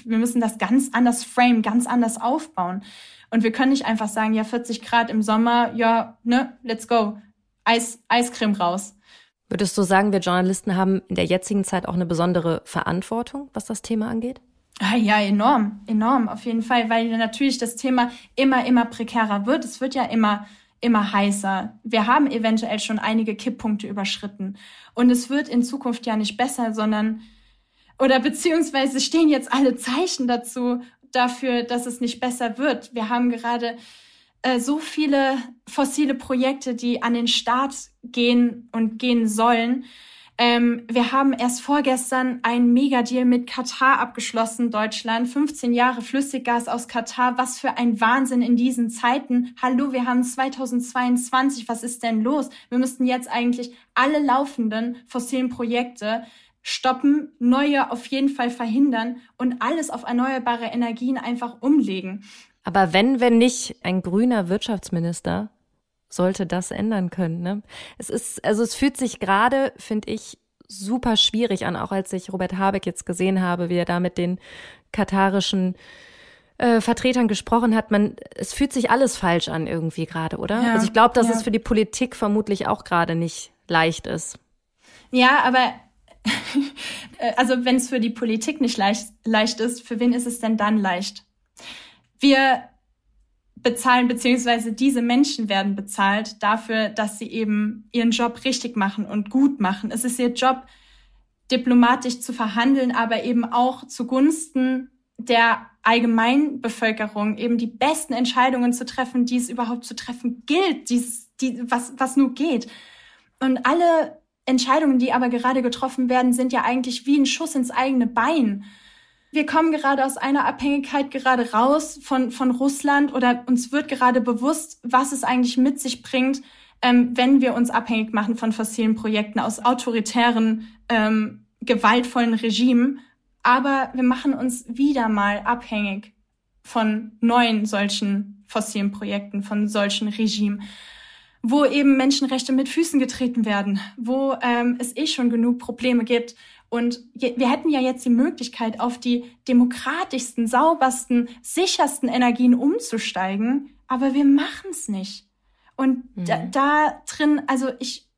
[SPEAKER 1] framen, ganz anders aufbauen. Und wir können nicht einfach sagen, ja, 40 Grad im Sommer, ja, ne, let's go. Eiscreme raus.
[SPEAKER 2] Würdest du sagen, wir Journalisten haben in der jetzigen Zeit auch eine besondere Verantwortung, was das Thema angeht?
[SPEAKER 1] Ja, enorm, auf jeden Fall, weil natürlich das Thema immer prekärer wird. Es wird ja immer heißer. Wir haben eventuell schon einige Kipppunkte überschritten. Und es wird in Zukunft ja nicht besser, beziehungsweise stehen jetzt alle Zeichen dafür, dass es nicht besser wird. Wir haben gerade so viele fossile Projekte, die an den Start gehen und gehen sollen. Wir haben erst vorgestern einen Megadeal mit Katar abgeschlossen, Deutschland. 15 Jahre Flüssiggas aus Katar. Was für ein Wahnsinn in diesen Zeiten. Hallo, wir haben 2022. Was ist denn los? Wir müssten jetzt eigentlich alle laufenden fossilen Projekte stoppen, neue auf jeden Fall verhindern und alles auf erneuerbare Energien einfach umlegen.
[SPEAKER 2] Aber wenn nicht ein grüner Wirtschaftsminister sollte das ändern können, ne? Es fühlt sich gerade, finde ich, super schwierig an, auch als ich Robert Habeck jetzt gesehen habe, wie er da mit den katarischen Vertretern gesprochen hat, es fühlt sich alles falsch an irgendwie gerade, oder?
[SPEAKER 1] Ja,
[SPEAKER 2] also ich glaube, dass es für die Politik vermutlich auch gerade nicht leicht ist.
[SPEAKER 1] Ja, aber also wenn es für die Politik nicht leicht ist, für wen ist es denn dann leicht? Wir bezahlen, beziehungsweise diese Menschen werden bezahlt dafür, dass sie eben ihren Job richtig machen und gut machen. Es ist ihr Job, diplomatisch zu verhandeln, aber eben auch zugunsten der Allgemeinbevölkerung eben die besten Entscheidungen zu treffen, die es überhaupt zu treffen gilt, was nur geht. Und alle Entscheidungen, die aber gerade getroffen werden, sind ja eigentlich wie ein Schuss ins eigene Bein. Wir kommen gerade aus einer Abhängigkeit gerade raus von Russland oder uns wird gerade bewusst, was es eigentlich mit sich bringt, wenn wir uns abhängig machen von fossilen Projekten aus autoritären, gewaltvollen Regimen. Aber wir machen uns wieder mal abhängig von neuen solchen fossilen Projekten, von solchen Regimen, wo eben Menschenrechte mit Füßen getreten werden, wo es schon genug Probleme gibt. Und wir hätten ja jetzt die Möglichkeit, auf die demokratischsten, saubersten, sichersten Energien umzusteigen, aber wir machen es nicht. Und da drin, also ich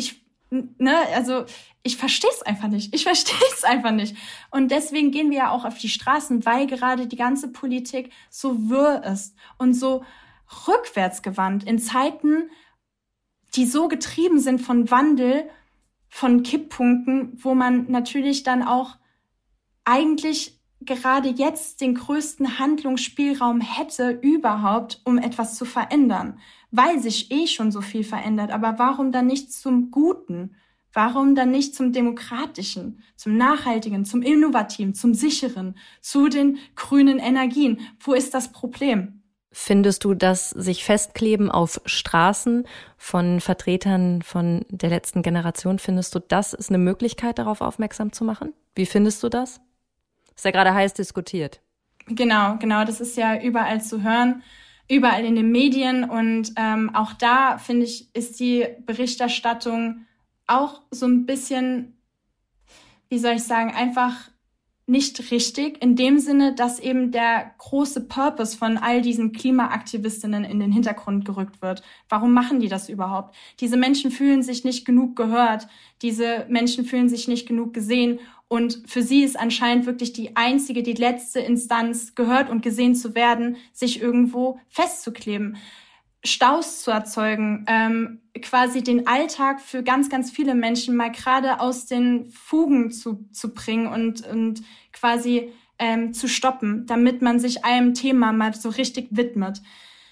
[SPEAKER 1] verstehe es einfach nicht. Ich verstehe es einfach nicht. Und deswegen gehen wir ja auch auf die Straßen, weil gerade die ganze Politik so wirr ist und so rückwärtsgewandt in Zeiten, die so getrieben sind von Wandel, von Kipppunkten, wo man natürlich dann auch eigentlich gerade jetzt den größten Handlungsspielraum hätte überhaupt, um etwas zu verändern, weil sich schon so viel verändert. Aber warum dann nicht zum Guten? Warum dann nicht zum Demokratischen, zum Nachhaltigen, zum Innovativen, zum Sicheren, zu den grünen Energien? Wo ist das Problem?
[SPEAKER 2] Findest du, dass sich Festkleben auf Straßen von Vertretern von der letzten Generation, findest du, das ist eine Möglichkeit, darauf aufmerksam zu machen? Wie findest du das? Ist ja gerade heiß diskutiert.
[SPEAKER 1] Genau, das ist ja überall zu hören, überall in den Medien. Und auch da, finde ich, ist die Berichterstattung auch so ein bisschen, wie soll ich sagen, einfach nicht richtig, in dem Sinne, dass eben der große Purpose von all diesen Klimaaktivistinnen in den Hintergrund gerückt wird. Warum machen die das überhaupt? Diese Menschen fühlen sich nicht genug gehört, diese Menschen fühlen sich nicht genug gesehen und für sie ist anscheinend wirklich die letzte Instanz, gehört und gesehen zu werden, sich irgendwo festzukleben. Staus zu erzeugen, quasi den Alltag für ganz, ganz viele Menschen mal gerade aus den Fugen zu bringen und quasi zu stoppen, damit man sich einem Thema mal so richtig widmet.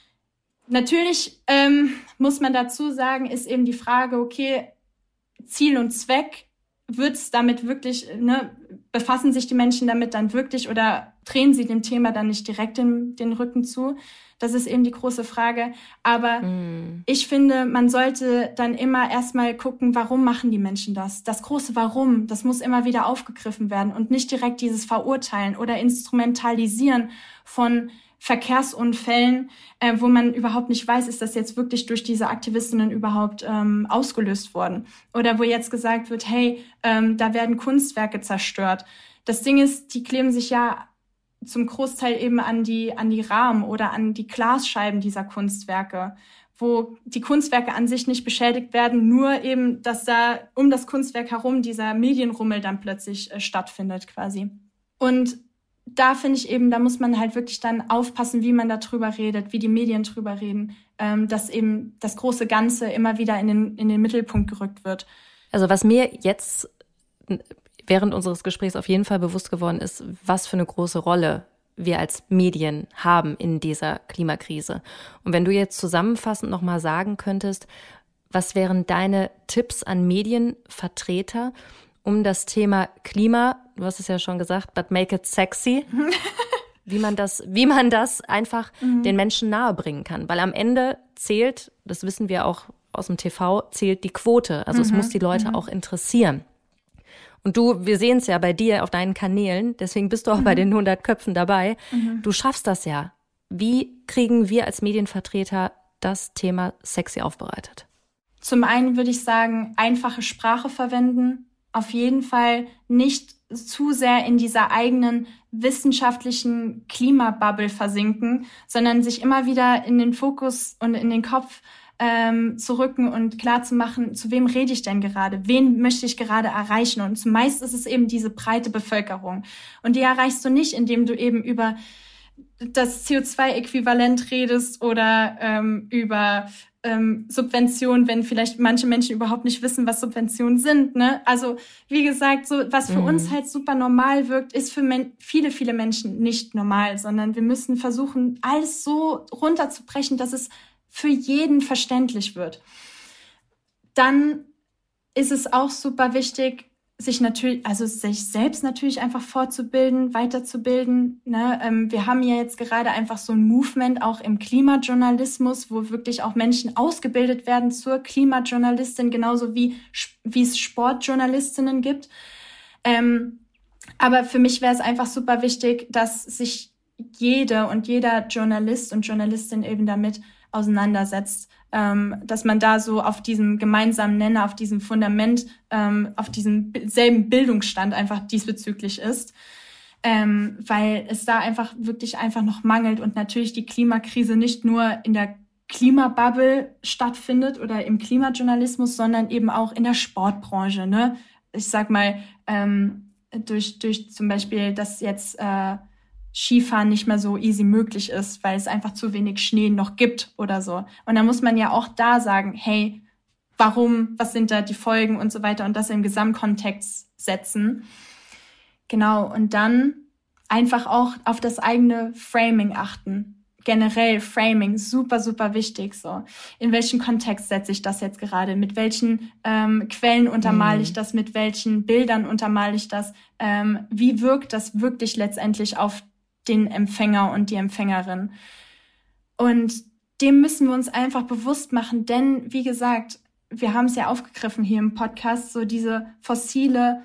[SPEAKER 1] Natürlich muss man dazu sagen, ist eben die Frage, okay, Ziel und Zweck, wird's damit wirklich, befassen sich die Menschen damit dann wirklich oder drehen sie dem Thema dann nicht direkt den Rücken zu? Das ist eben die große Frage. Aber ich finde, man sollte dann immer erstmal gucken, warum machen die Menschen das? Das große Warum, das muss immer wieder aufgegriffen werden und nicht direkt dieses Verurteilen oder Instrumentalisieren von Verkehrsunfällen, wo man überhaupt nicht weiß, ist das jetzt wirklich durch diese Aktivistinnen überhaupt ausgelöst worden? Oder wo jetzt gesagt wird, hey, da werden Kunstwerke zerstört. Das Ding ist, die kleben sich ja zum Großteil eben an die Rahmen oder an die Glasscheiben dieser Kunstwerke, wo die Kunstwerke an sich nicht beschädigt werden, nur eben, dass da um das Kunstwerk herum dieser Medienrummel dann plötzlich stattfindet quasi. Und da finde ich eben, da muss man halt wirklich dann aufpassen, wie man da drüber redet, wie die Medien drüber reden, dass eben das große Ganze immer wieder in den Mittelpunkt gerückt wird.
[SPEAKER 2] Also was mir jetzt während unseres Gesprächs auf jeden Fall bewusst geworden ist, was für eine große Rolle wir als Medien haben in dieser Klimakrise. Und wenn du jetzt zusammenfassend nochmal sagen könntest, was wären deine Tipps an Medienvertreter, um das Thema Klima, du hast es ja schon gesagt, but make it sexy, wie man das einfach den Menschen nahebringen kann. Weil am Ende zählt, das wissen wir auch aus dem TV, zählt die Quote. Also es muss die Leute auch interessieren. Und wir sehen es ja bei dir auf deinen Kanälen, deswegen bist du auch bei den 100 Köpfen dabei. Du schaffst das ja. Wie kriegen wir als Medienvertreter das Thema sexy aufbereitet?
[SPEAKER 1] Zum einen würde ich sagen, einfache Sprache verwenden, auf jeden Fall nicht zu sehr in dieser eigenen wissenschaftlichen Klimabubble versinken, sondern sich immer wieder in den Fokus und in den Kopf zu rücken und klar zu machen, zu wem rede ich denn gerade? Wen möchte ich gerade erreichen? Und zumeist ist es eben diese breite Bevölkerung. Und die erreichst du nicht, indem du eben über das CO2-Äquivalent redest oder über Subventionen, wenn vielleicht manche Menschen überhaupt nicht wissen, was Subventionen sind. Ne? Also wie gesagt, so was für uns halt super normal wirkt, ist für viele, viele Menschen nicht normal, sondern wir müssen versuchen, alles so runterzubrechen, dass es für jeden verständlich wird. Dann ist es auch super wichtig, sich selbst natürlich einfach fortzubilden, weiterzubilden. Ne? Wir haben ja jetzt gerade einfach so ein Movement auch im Klimajournalismus, wo wirklich auch Menschen ausgebildet werden zur Klimajournalistin, genauso wie es Sportjournalistinnen gibt. Aber für mich wäre es einfach super wichtig, dass sich jede und jeder Journalist und Journalistin eben damit auseinandersetzt, dass man da so auf diesem gemeinsamen Nenner, auf diesem Fundament, auf diesem selben Bildungsstand einfach diesbezüglich ist, weil es da einfach wirklich einfach noch mangelt und natürlich die Klimakrise nicht nur in der Klimabubble stattfindet oder im Klimajournalismus, sondern eben auch in der Sportbranche. Ne? Ich sag mal, durch zum Beispiel, dass jetzt Skifahren nicht mehr so easy möglich ist, weil es einfach zu wenig Schnee noch gibt oder so. Und dann muss man ja auch da sagen, hey, warum, was sind da die Folgen und so weiter und das im Gesamtkontext setzen. Genau, und dann einfach auch auf das eigene Framing achten. Generell Framing, super, super wichtig. So, in welchen Kontext setze ich das jetzt gerade? Mit welchen Quellen untermale ich das? Mit welchen Bildern untermale ich das? Wie wirkt das wirklich letztendlich auf den Empfänger und die Empfängerin? Und dem müssen wir uns einfach bewusst machen, denn wie gesagt, wir haben es ja aufgegriffen hier im Podcast, so diese fossile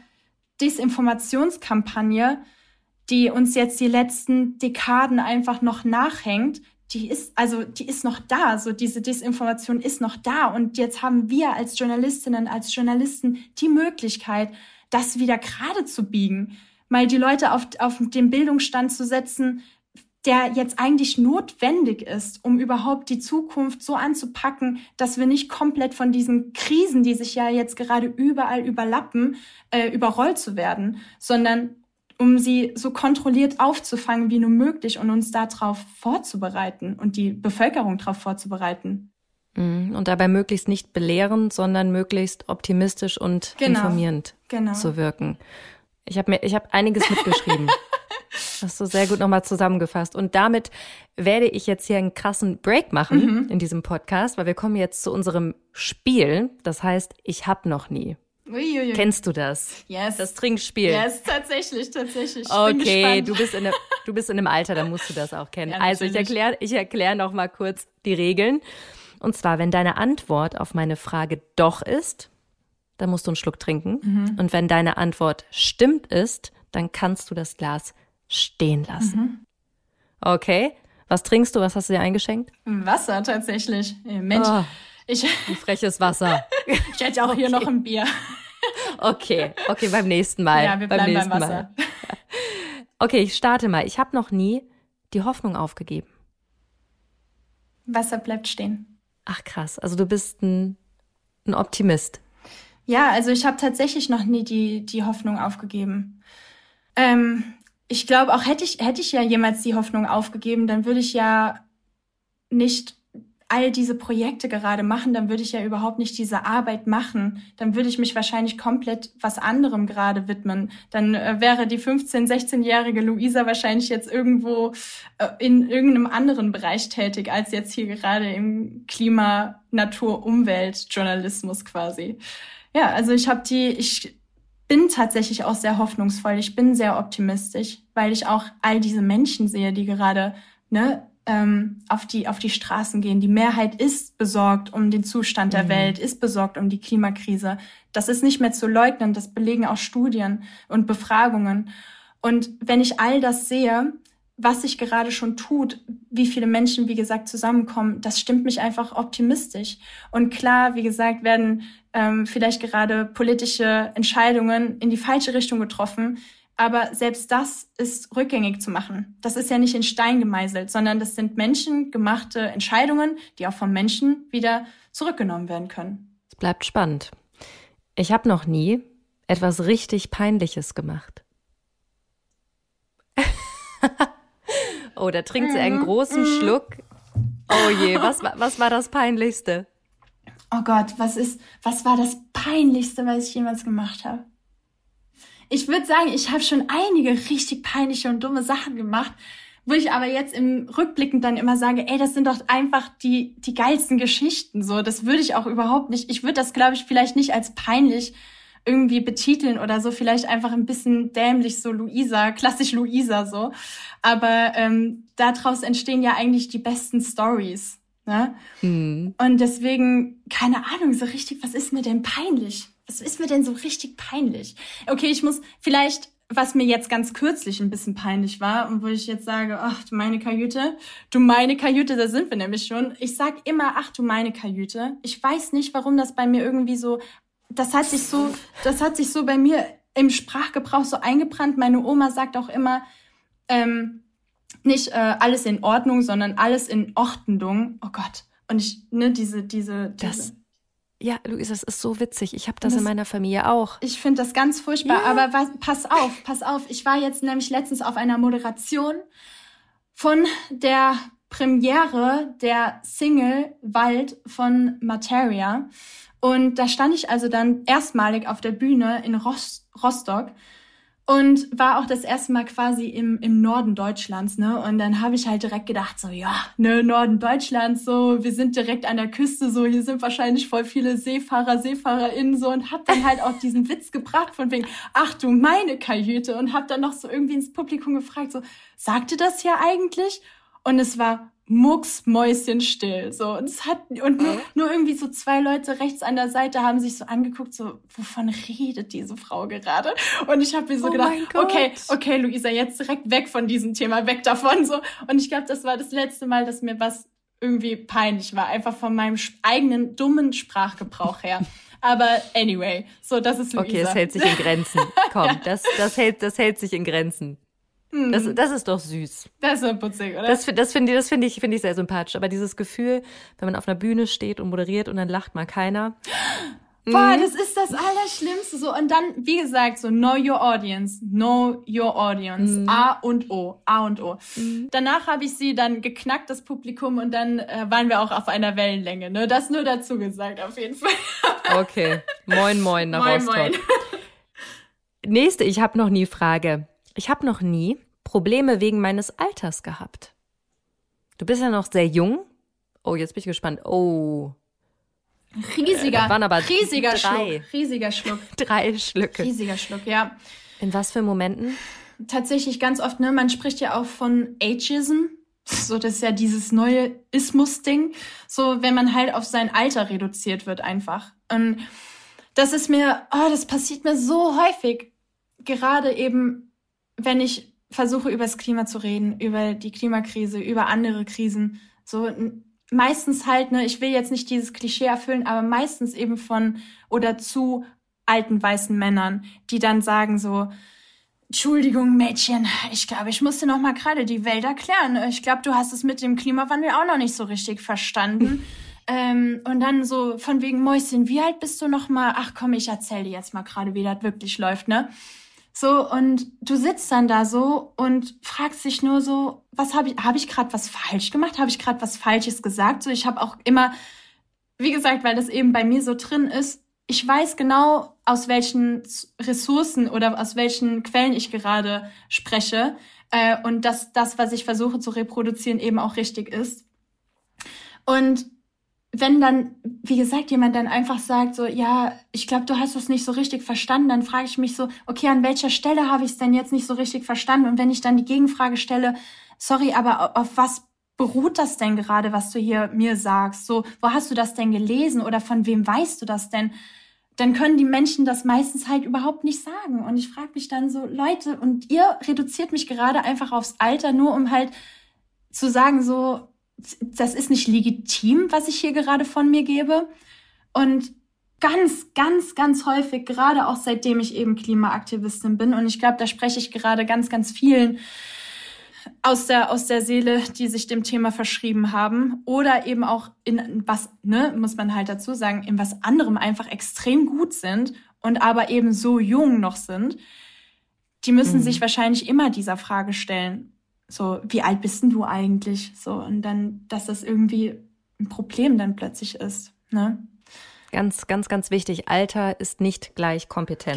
[SPEAKER 1] Desinformationskampagne, die uns jetzt die letzten Dekaden einfach noch nachhängt, die ist noch da, so diese Desinformation ist noch da und jetzt haben wir als Journalistinnen, als Journalisten die Möglichkeit, das wieder gerade zu biegen, mal die Leute auf den Bildungsstand zu setzen, der jetzt eigentlich notwendig ist, um überhaupt die Zukunft so anzupacken, dass wir nicht komplett von diesen Krisen, die sich ja jetzt gerade überall überlappen, überrollt zu werden, sondern um sie so kontrolliert aufzufangen wie nur möglich und uns darauf vorzubereiten und die Bevölkerung darauf vorzubereiten.
[SPEAKER 2] Und dabei möglichst nicht belehrend, sondern möglichst optimistisch und informierend zu wirken. Ich habe einiges mitgeschrieben. Hast du sehr gut nochmal zusammengefasst. Und damit werde ich jetzt hier einen krassen Break machen in diesem Podcast, weil wir kommen jetzt zu unserem Spiel. Das heißt, ich hab noch nie.
[SPEAKER 1] Uiuiui.
[SPEAKER 2] Kennst du das?
[SPEAKER 1] Yes.
[SPEAKER 2] Das Trinkspiel.
[SPEAKER 1] Yes, tatsächlich.
[SPEAKER 2] Okay, du bist in einem Alter, da musst du das auch kennen. Ja, also ich erkläre noch mal kurz die Regeln. Und zwar, wenn deine Antwort auf meine Frage doch ist, dann musst du einen Schluck trinken. Und wenn deine Antwort stimmt ist, dann kannst du das Glas stehen lassen. Okay, was trinkst du? Was hast du dir eingeschenkt?
[SPEAKER 1] Wasser tatsächlich. Mensch,
[SPEAKER 2] ein freches Wasser.
[SPEAKER 1] Ich hätte auch hier noch ein Bier.
[SPEAKER 2] Okay, beim nächsten Mal.
[SPEAKER 1] Ja, wir bleiben beim Wasser.
[SPEAKER 2] Okay, ich starte mal. Ich habe noch nie die Hoffnung aufgegeben.
[SPEAKER 1] Wasser bleibt stehen.
[SPEAKER 2] Ach krass, also du bist ein Optimist.
[SPEAKER 1] Ja, also ich habe tatsächlich noch nie die Hoffnung aufgegeben. Ich glaube, auch hätte ich ja jemals die Hoffnung aufgegeben, dann würde ich ja nicht all diese Projekte gerade machen, dann würde ich ja überhaupt nicht diese Arbeit machen. Dann würde ich mich wahrscheinlich komplett was anderem gerade widmen. Dann wäre die 15-, 16-jährige Luisa wahrscheinlich jetzt irgendwo in irgendeinem anderen Bereich tätig, als jetzt hier gerade im Klima-, Natur-, Umwelt-Journalismus quasi. Ja, also ich bin tatsächlich auch sehr hoffnungsvoll. Ich bin sehr optimistisch, weil ich auch all diese Menschen sehe, die gerade auf die Straßen gehen. Die Mehrheit ist besorgt um den Zustand der Welt, ist besorgt um die Klimakrise. Das ist nicht mehr zu leugnen. Das belegen auch Studien und Befragungen. Und wenn ich all das sehe, was sich gerade schon tut, wie viele Menschen, wie gesagt, zusammenkommen, das stimmt mich einfach optimistisch. Und klar, wie gesagt, werden vielleicht gerade politische Entscheidungen in die falsche Richtung getroffen, aber selbst das ist rückgängig zu machen. Das ist ja nicht in Stein gemeißelt, sondern das sind menschengemachte Entscheidungen, die auch vom Menschen wieder zurückgenommen werden können.
[SPEAKER 2] Es bleibt spannend. Ich habe noch nie etwas richtig Peinliches gemacht. Oh, da trinkt sie einen großen Schluck. Oh je, was war das Peinlichste?
[SPEAKER 1] Oh Gott, was war das Peinlichste, was ich jemals gemacht habe? Ich würde sagen, ich habe schon einige richtig peinliche und dumme Sachen gemacht, wo ich aber jetzt im Rückblickend dann immer sage, ey, das sind doch einfach die geilsten Geschichten. So, das würde ich auch überhaupt nicht. Ich würde das, glaube ich, vielleicht nicht als peinlich irgendwie betiteln oder so, vielleicht einfach ein bisschen dämlich, so klassisch Luisa so. Aber daraus entstehen ja eigentlich die besten Stories, ne? Mhm. Und deswegen, keine Ahnung, so richtig, was ist mir denn peinlich? Was ist mir denn so richtig peinlich? Okay, ich muss vielleicht, was mir jetzt ganz kürzlich ein bisschen peinlich war und wo ich jetzt sage, ach, du meine Kajüte, da sind wir nämlich schon. Ich sag immer, ach, du meine Kajüte. Ich weiß nicht, warum das bei mir irgendwie so, das hat sich so bei mir im Sprachgebrauch so eingebrannt. Meine Oma sagt auch immer, nicht alles in Ordnung, sondern alles in Ordnung. Oh Gott. Und ich, ne, diese.
[SPEAKER 2] Ja, Luisa, das ist so witzig. Ich habe das in meiner Familie auch.
[SPEAKER 1] Ich finde das ganz furchtbar. Ja. Aber pass auf. Ich war jetzt nämlich letztens auf einer Moderation von der Premiere der Single Wald von Materia. Und da stand ich also dann erstmalig auf der Bühne in Rostock und war auch das erste Mal quasi im Norden Deutschlands, ne? Und dann habe ich halt direkt gedacht, so, ja, ne, Norden Deutschlands, so, wir sind direkt an der Küste, so, hier sind wahrscheinlich voll viele SeefahrerInnen, so, und hab dann halt auch diesen Witz gebracht von wegen, ach du meine Kajüte, und hab dann noch so irgendwie ins Publikum gefragt, so, sagt ihr das hier eigentlich? Und es war mucksmäuschenstill, so. Und nur irgendwie so 2 Leute rechts an der Seite haben sich so angeguckt, so, wovon redet diese Frau gerade? Und ich habe mir so gedacht, okay, Luisa, jetzt direkt weg von diesem Thema, weg davon, so. Und ich glaube, das war das letzte Mal, dass mir was irgendwie peinlich war, einfach von meinem eigenen dummen Sprachgebrauch her. Aber anyway, so, das ist Luisa.
[SPEAKER 2] Okay, es hält sich in Grenzen. Komm, ja. das hält sich in Grenzen. Das ist doch süß.
[SPEAKER 1] Das ist so putzig, oder?
[SPEAKER 2] Das finde ich sehr sympathisch. Aber dieses Gefühl, wenn man auf einer Bühne steht und moderiert und dann lacht mal keiner.
[SPEAKER 1] Boah, das ist das Allerschlimmste. So. Und dann, wie gesagt, so know your audience. A und O. Danach habe ich sie dann geknackt, das Publikum, und dann waren wir auch auf einer Wellenlänge. Ne? Das nur dazu gesagt, auf jeden Fall.
[SPEAKER 2] Okay. Moin nach Rostock. Moin. Nächste, ich habe noch nie Frage. Ich habe noch nie Probleme wegen meines Alters gehabt. Du bist ja noch sehr jung. Oh, jetzt bin ich gespannt. Oh.
[SPEAKER 1] Riesiger
[SPEAKER 2] Schluck. 3 Schlücke.
[SPEAKER 1] Riesiger Schluck, ja.
[SPEAKER 2] In was für Momenten?
[SPEAKER 1] Tatsächlich ganz oft, ne? Man spricht ja auch von Ageism. So, das ist ja dieses neue Ismus-Ding. So, wenn man halt auf sein Alter reduziert wird einfach. Und das passiert mir so häufig. Gerade eben, wenn ich versuche, über das Klima zu reden, über die Klimakrise, über andere Krisen, so meistens halt, ne, ich will jetzt nicht dieses Klischee erfüllen, aber meistens eben von oder zu alten weißen Männern, die dann sagen so, Entschuldigung, Mädchen, ich glaube, ich muss dir noch mal gerade die Welt erklären. Ich glaube, du hast es mit dem Klimawandel auch noch nicht so richtig verstanden. Und dann so von wegen, Mäuschen, wie alt bist du noch mal? Ach komm, ich erzähl dir jetzt mal gerade, wie das wirklich läuft, ne? So, und du sitzt dann da so und fragst dich nur so, was habe ich gerade was falsch gemacht? Habe ich gerade was Falsches gesagt? So, ich habe auch immer, wie gesagt, weil das eben bei mir so drin ist, ich weiß genau, aus welchen Ressourcen oder aus welchen Quellen ich gerade spreche, und dass das, was ich versuche zu reproduzieren, eben auch richtig ist. Und wenn dann, wie gesagt, jemand dann einfach sagt so, ja, ich glaube, du hast es nicht so richtig verstanden, dann frage ich mich so, okay, an welcher Stelle habe ich es denn jetzt nicht so richtig verstanden? Und wenn ich dann die Gegenfrage stelle, sorry, aber auf was beruht das denn gerade, was du hier mir sagst? So, wo hast du das denn gelesen oder von wem weißt du das denn? dann können die Menschen das meistens halt überhaupt nicht sagen. Und ich frage mich dann so, Leute, und ihr reduziert mich gerade einfach aufs Alter, nur um halt zu sagen, so, das ist nicht legitim, was ich hier gerade von mir gebe. Und ganz, ganz, ganz häufig, gerade auch seitdem ich eben Klimaaktivistin bin, und ich glaube, da spreche ich gerade ganz, ganz vielen aus der Seele, die sich dem Thema verschrieben haben oder eben auch in was, muss man halt dazu sagen, in was anderem einfach extrem gut sind und aber eben so jung noch sind, die müssen sich wahrscheinlich immer dieser Frage stellen, so, wie alt bist denn du eigentlich? So, und dann, dass das irgendwie ein Problem dann plötzlich ist, ne?
[SPEAKER 2] Ganz, ganz, ganz wichtig, Alter ist nicht gleich Kompetenz.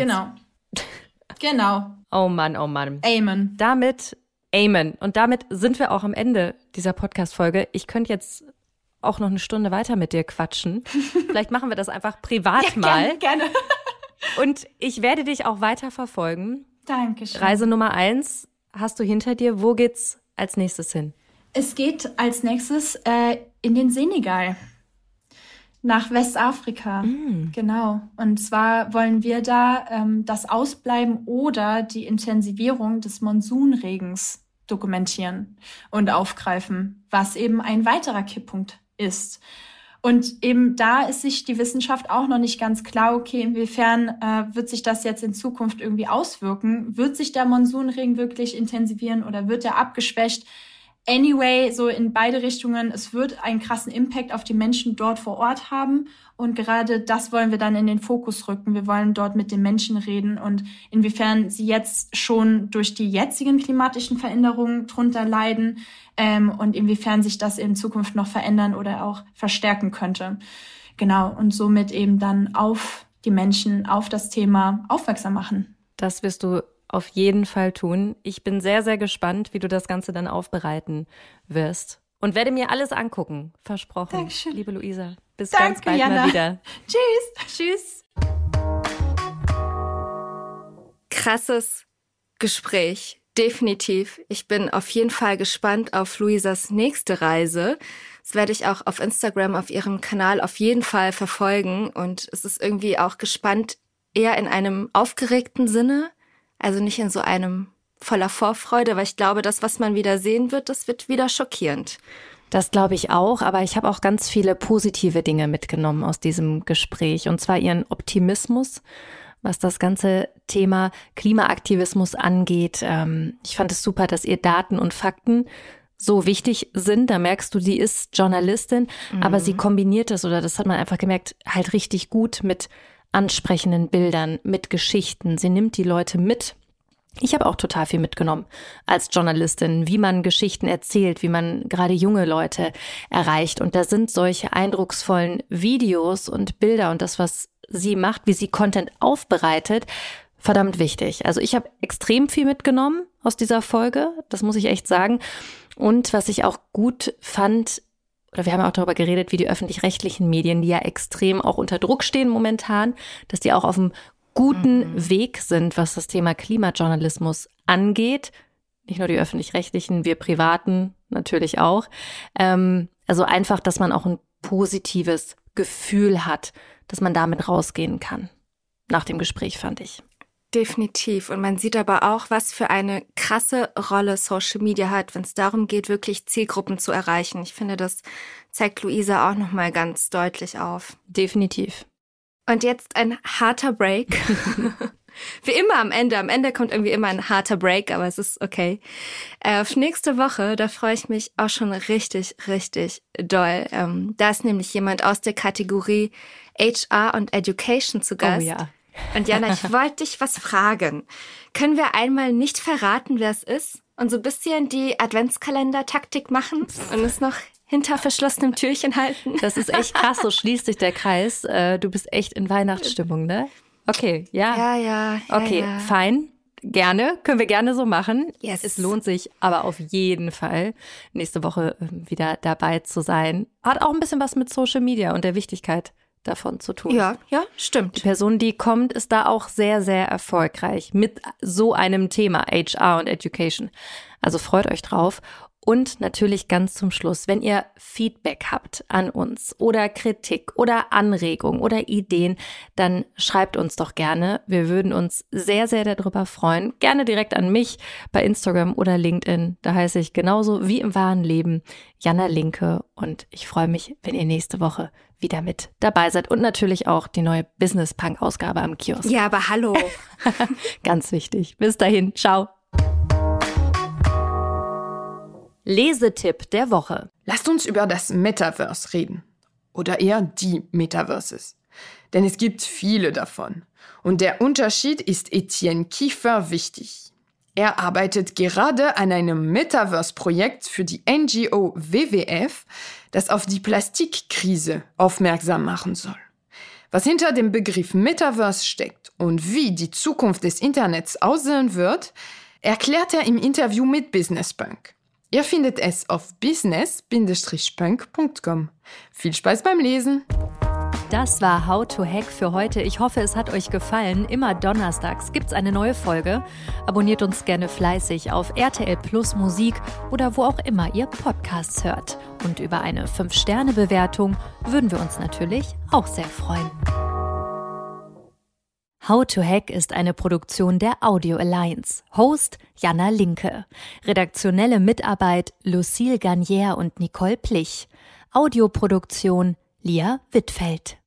[SPEAKER 1] Genau.
[SPEAKER 2] Oh Mann, oh Mann.
[SPEAKER 1] Amen.
[SPEAKER 2] Amen. Und damit sind wir auch am Ende dieser Podcast-Folge. Ich könnte jetzt auch noch eine Stunde weiter mit dir quatschen. Vielleicht machen wir das einfach privat mal.
[SPEAKER 1] Gerne.
[SPEAKER 2] Und ich werde dich auch weiter verfolgen.
[SPEAKER 1] Dankeschön.
[SPEAKER 2] Reise Nummer 1 hast du hinter dir. Wo geht's als nächstes hin?
[SPEAKER 1] Es geht als nächstes in den Senegal. Nach Westafrika, Genau. Und zwar wollen wir da das Ausbleiben oder die Intensivierung des Monsunregens dokumentieren und aufgreifen, was eben ein weiterer Kipppunkt ist. Und eben da ist sich die Wissenschaft auch noch nicht ganz klar, okay, inwiefern wird sich das jetzt in Zukunft irgendwie auswirken? Wird sich der Monsunregen wirklich intensivieren oder wird er abgeschwächt? Anyway, so in beide Richtungen, es wird einen krassen Impact auf die Menschen dort vor Ort haben. Und gerade das wollen wir dann in den Fokus rücken. Wir wollen dort mit den Menschen reden und inwiefern sie jetzt schon durch die jetzigen klimatischen Veränderungen drunter leiden und inwiefern sich das in Zukunft noch verändern oder auch verstärken könnte. Genau, und somit eben dann auf die Menschen, auf das Thema aufmerksam machen.
[SPEAKER 2] Das wirst du auf jeden Fall tun. Ich bin sehr, sehr gespannt, wie du das Ganze dann aufbereiten wirst. Und werde mir alles angucken. Versprochen.
[SPEAKER 1] Dankeschön.
[SPEAKER 2] Liebe Luisa, bis
[SPEAKER 1] Danke,
[SPEAKER 2] ganz bald
[SPEAKER 1] Jana.
[SPEAKER 2] mal wieder.
[SPEAKER 1] Tschüss.
[SPEAKER 2] Tschüss.
[SPEAKER 3] Krasses Gespräch. Definitiv. Ich bin auf jeden Fall gespannt auf Luisas nächste Reise. Das werde ich auch auf Instagram, auf ihrem Kanal auf jeden Fall verfolgen. Und es ist irgendwie auch gespannt, eher in einem aufgeregten Sinne. Also nicht in so einem voller Vorfreude, weil ich glaube, das, was man wieder sehen wird, das wird wieder schockierend.
[SPEAKER 2] Das glaube ich auch, aber ich habe auch ganz viele positive Dinge mitgenommen aus diesem Gespräch. Und zwar ihren Optimismus, was das ganze Thema Klimaaktivismus angeht. Ich fand es super, dass ihr Daten und Fakten so wichtig sind. Da merkst du, die ist Journalistin, aber sie kombiniert das, oder das hat man einfach gemerkt, halt richtig gut mit ansprechenden Bildern, mit Geschichten. Sie nimmt die Leute mit. Ich habe auch total viel mitgenommen als Journalistin, wie man Geschichten erzählt, wie man gerade junge Leute erreicht. Und da sind solche eindrucksvollen Videos und Bilder und das, was sie macht, wie sie Content aufbereitet, verdammt wichtig. Also ich habe extrem viel mitgenommen aus dieser Folge, das muss ich echt sagen. Und was ich auch gut fand, oder wir haben auch darüber geredet, wie die öffentlich-rechtlichen Medien, die ja extrem auch unter Druck stehen momentan, dass die auch auf einem guten Weg sind, was das Thema Klimajournalismus angeht. Nicht nur die öffentlich-rechtlichen, wir Privaten natürlich auch. Also einfach, dass man auch ein positives Gefühl hat, dass man damit rausgehen kann. Nach dem Gespräch, fand ich.
[SPEAKER 3] Definitiv. Und man sieht aber auch, was für eine krasse Rolle Social Media hat, wenn es darum geht, wirklich Zielgruppen zu erreichen. Ich finde, das zeigt Luisa auch nochmal ganz deutlich auf.
[SPEAKER 2] Definitiv.
[SPEAKER 3] Und jetzt ein harter Break. Wie immer am Ende kommt irgendwie immer ein harter Break, aber es ist okay. Auf nächste Woche, da freue ich mich auch schon richtig, richtig doll. Da ist nämlich jemand aus der Kategorie HR und Education zu Gast.
[SPEAKER 2] Oh ja.
[SPEAKER 3] Und Jana, ich wollte dich was fragen. Können wir einmal nicht verraten, wer es ist? Und so ein bisschen die Adventskalender-Taktik machen und es noch hinter verschlossenem Türchen halten?
[SPEAKER 2] Das ist echt krass, so schließt sich der Kreis. Du bist echt in Weihnachtsstimmung, ne? Okay, ja.
[SPEAKER 3] Ja.
[SPEAKER 2] Okay, fein. Gerne, können wir gerne so machen.
[SPEAKER 3] Yes.
[SPEAKER 2] Es lohnt sich aber auf jeden Fall, nächste Woche wieder dabei zu sein. Hat auch ein bisschen was mit Social Media und der Wichtigkeit davon zu tun.
[SPEAKER 3] Ja, stimmt.
[SPEAKER 2] Die Person, die kommt, ist da auch sehr, sehr erfolgreich mit so einem Thema, HR und Education. Also freut euch drauf. Und natürlich ganz zum Schluss, wenn ihr Feedback habt an uns oder Kritik oder Anregungen oder Ideen, dann schreibt uns doch gerne. Wir würden uns sehr, sehr darüber freuen. Gerne direkt an mich bei Instagram oder LinkedIn. Da heiße ich genauso wie im wahren Leben Jana Linke. Und ich freue mich, wenn ihr nächste Woche wieder mit dabei seid. Und natürlich auch die neue Business Punk Ausgabe am Kiosk.
[SPEAKER 3] Ja, aber hallo.
[SPEAKER 2] Ganz wichtig. Bis dahin. Ciao. Lesetipp der Woche.
[SPEAKER 4] Lasst uns über das Metaverse reden. Oder eher die Metaverses. Denn es gibt viele davon. Und der Unterschied ist Etienne Kiefer wichtig. Er arbeitet gerade an einem Metaverse-Projekt für die NGO WWF, das auf die Plastikkrise aufmerksam machen soll. Was hinter dem Begriff Metaverse steckt und wie die Zukunft des Internets aussehen wird, erklärt er im Interview mit Business Punk. Ihr findet es auf business-punk.com. Viel Spaß beim Lesen!
[SPEAKER 2] Das war How to Hack für heute. Ich hoffe, es hat euch gefallen. Immer donnerstags gibt's eine neue Folge. Abonniert uns gerne fleißig auf RTL Plus Musik oder wo auch immer ihr Podcasts hört. Und über eine 5-Sterne-Bewertung würden wir uns natürlich auch sehr freuen. How to Hack ist eine Produktion der Audio Alliance. Host Jana Linke. Redaktionelle Mitarbeit Lucille Garnier und Nicole Plich. Audioproduktion Lia Wittfeld.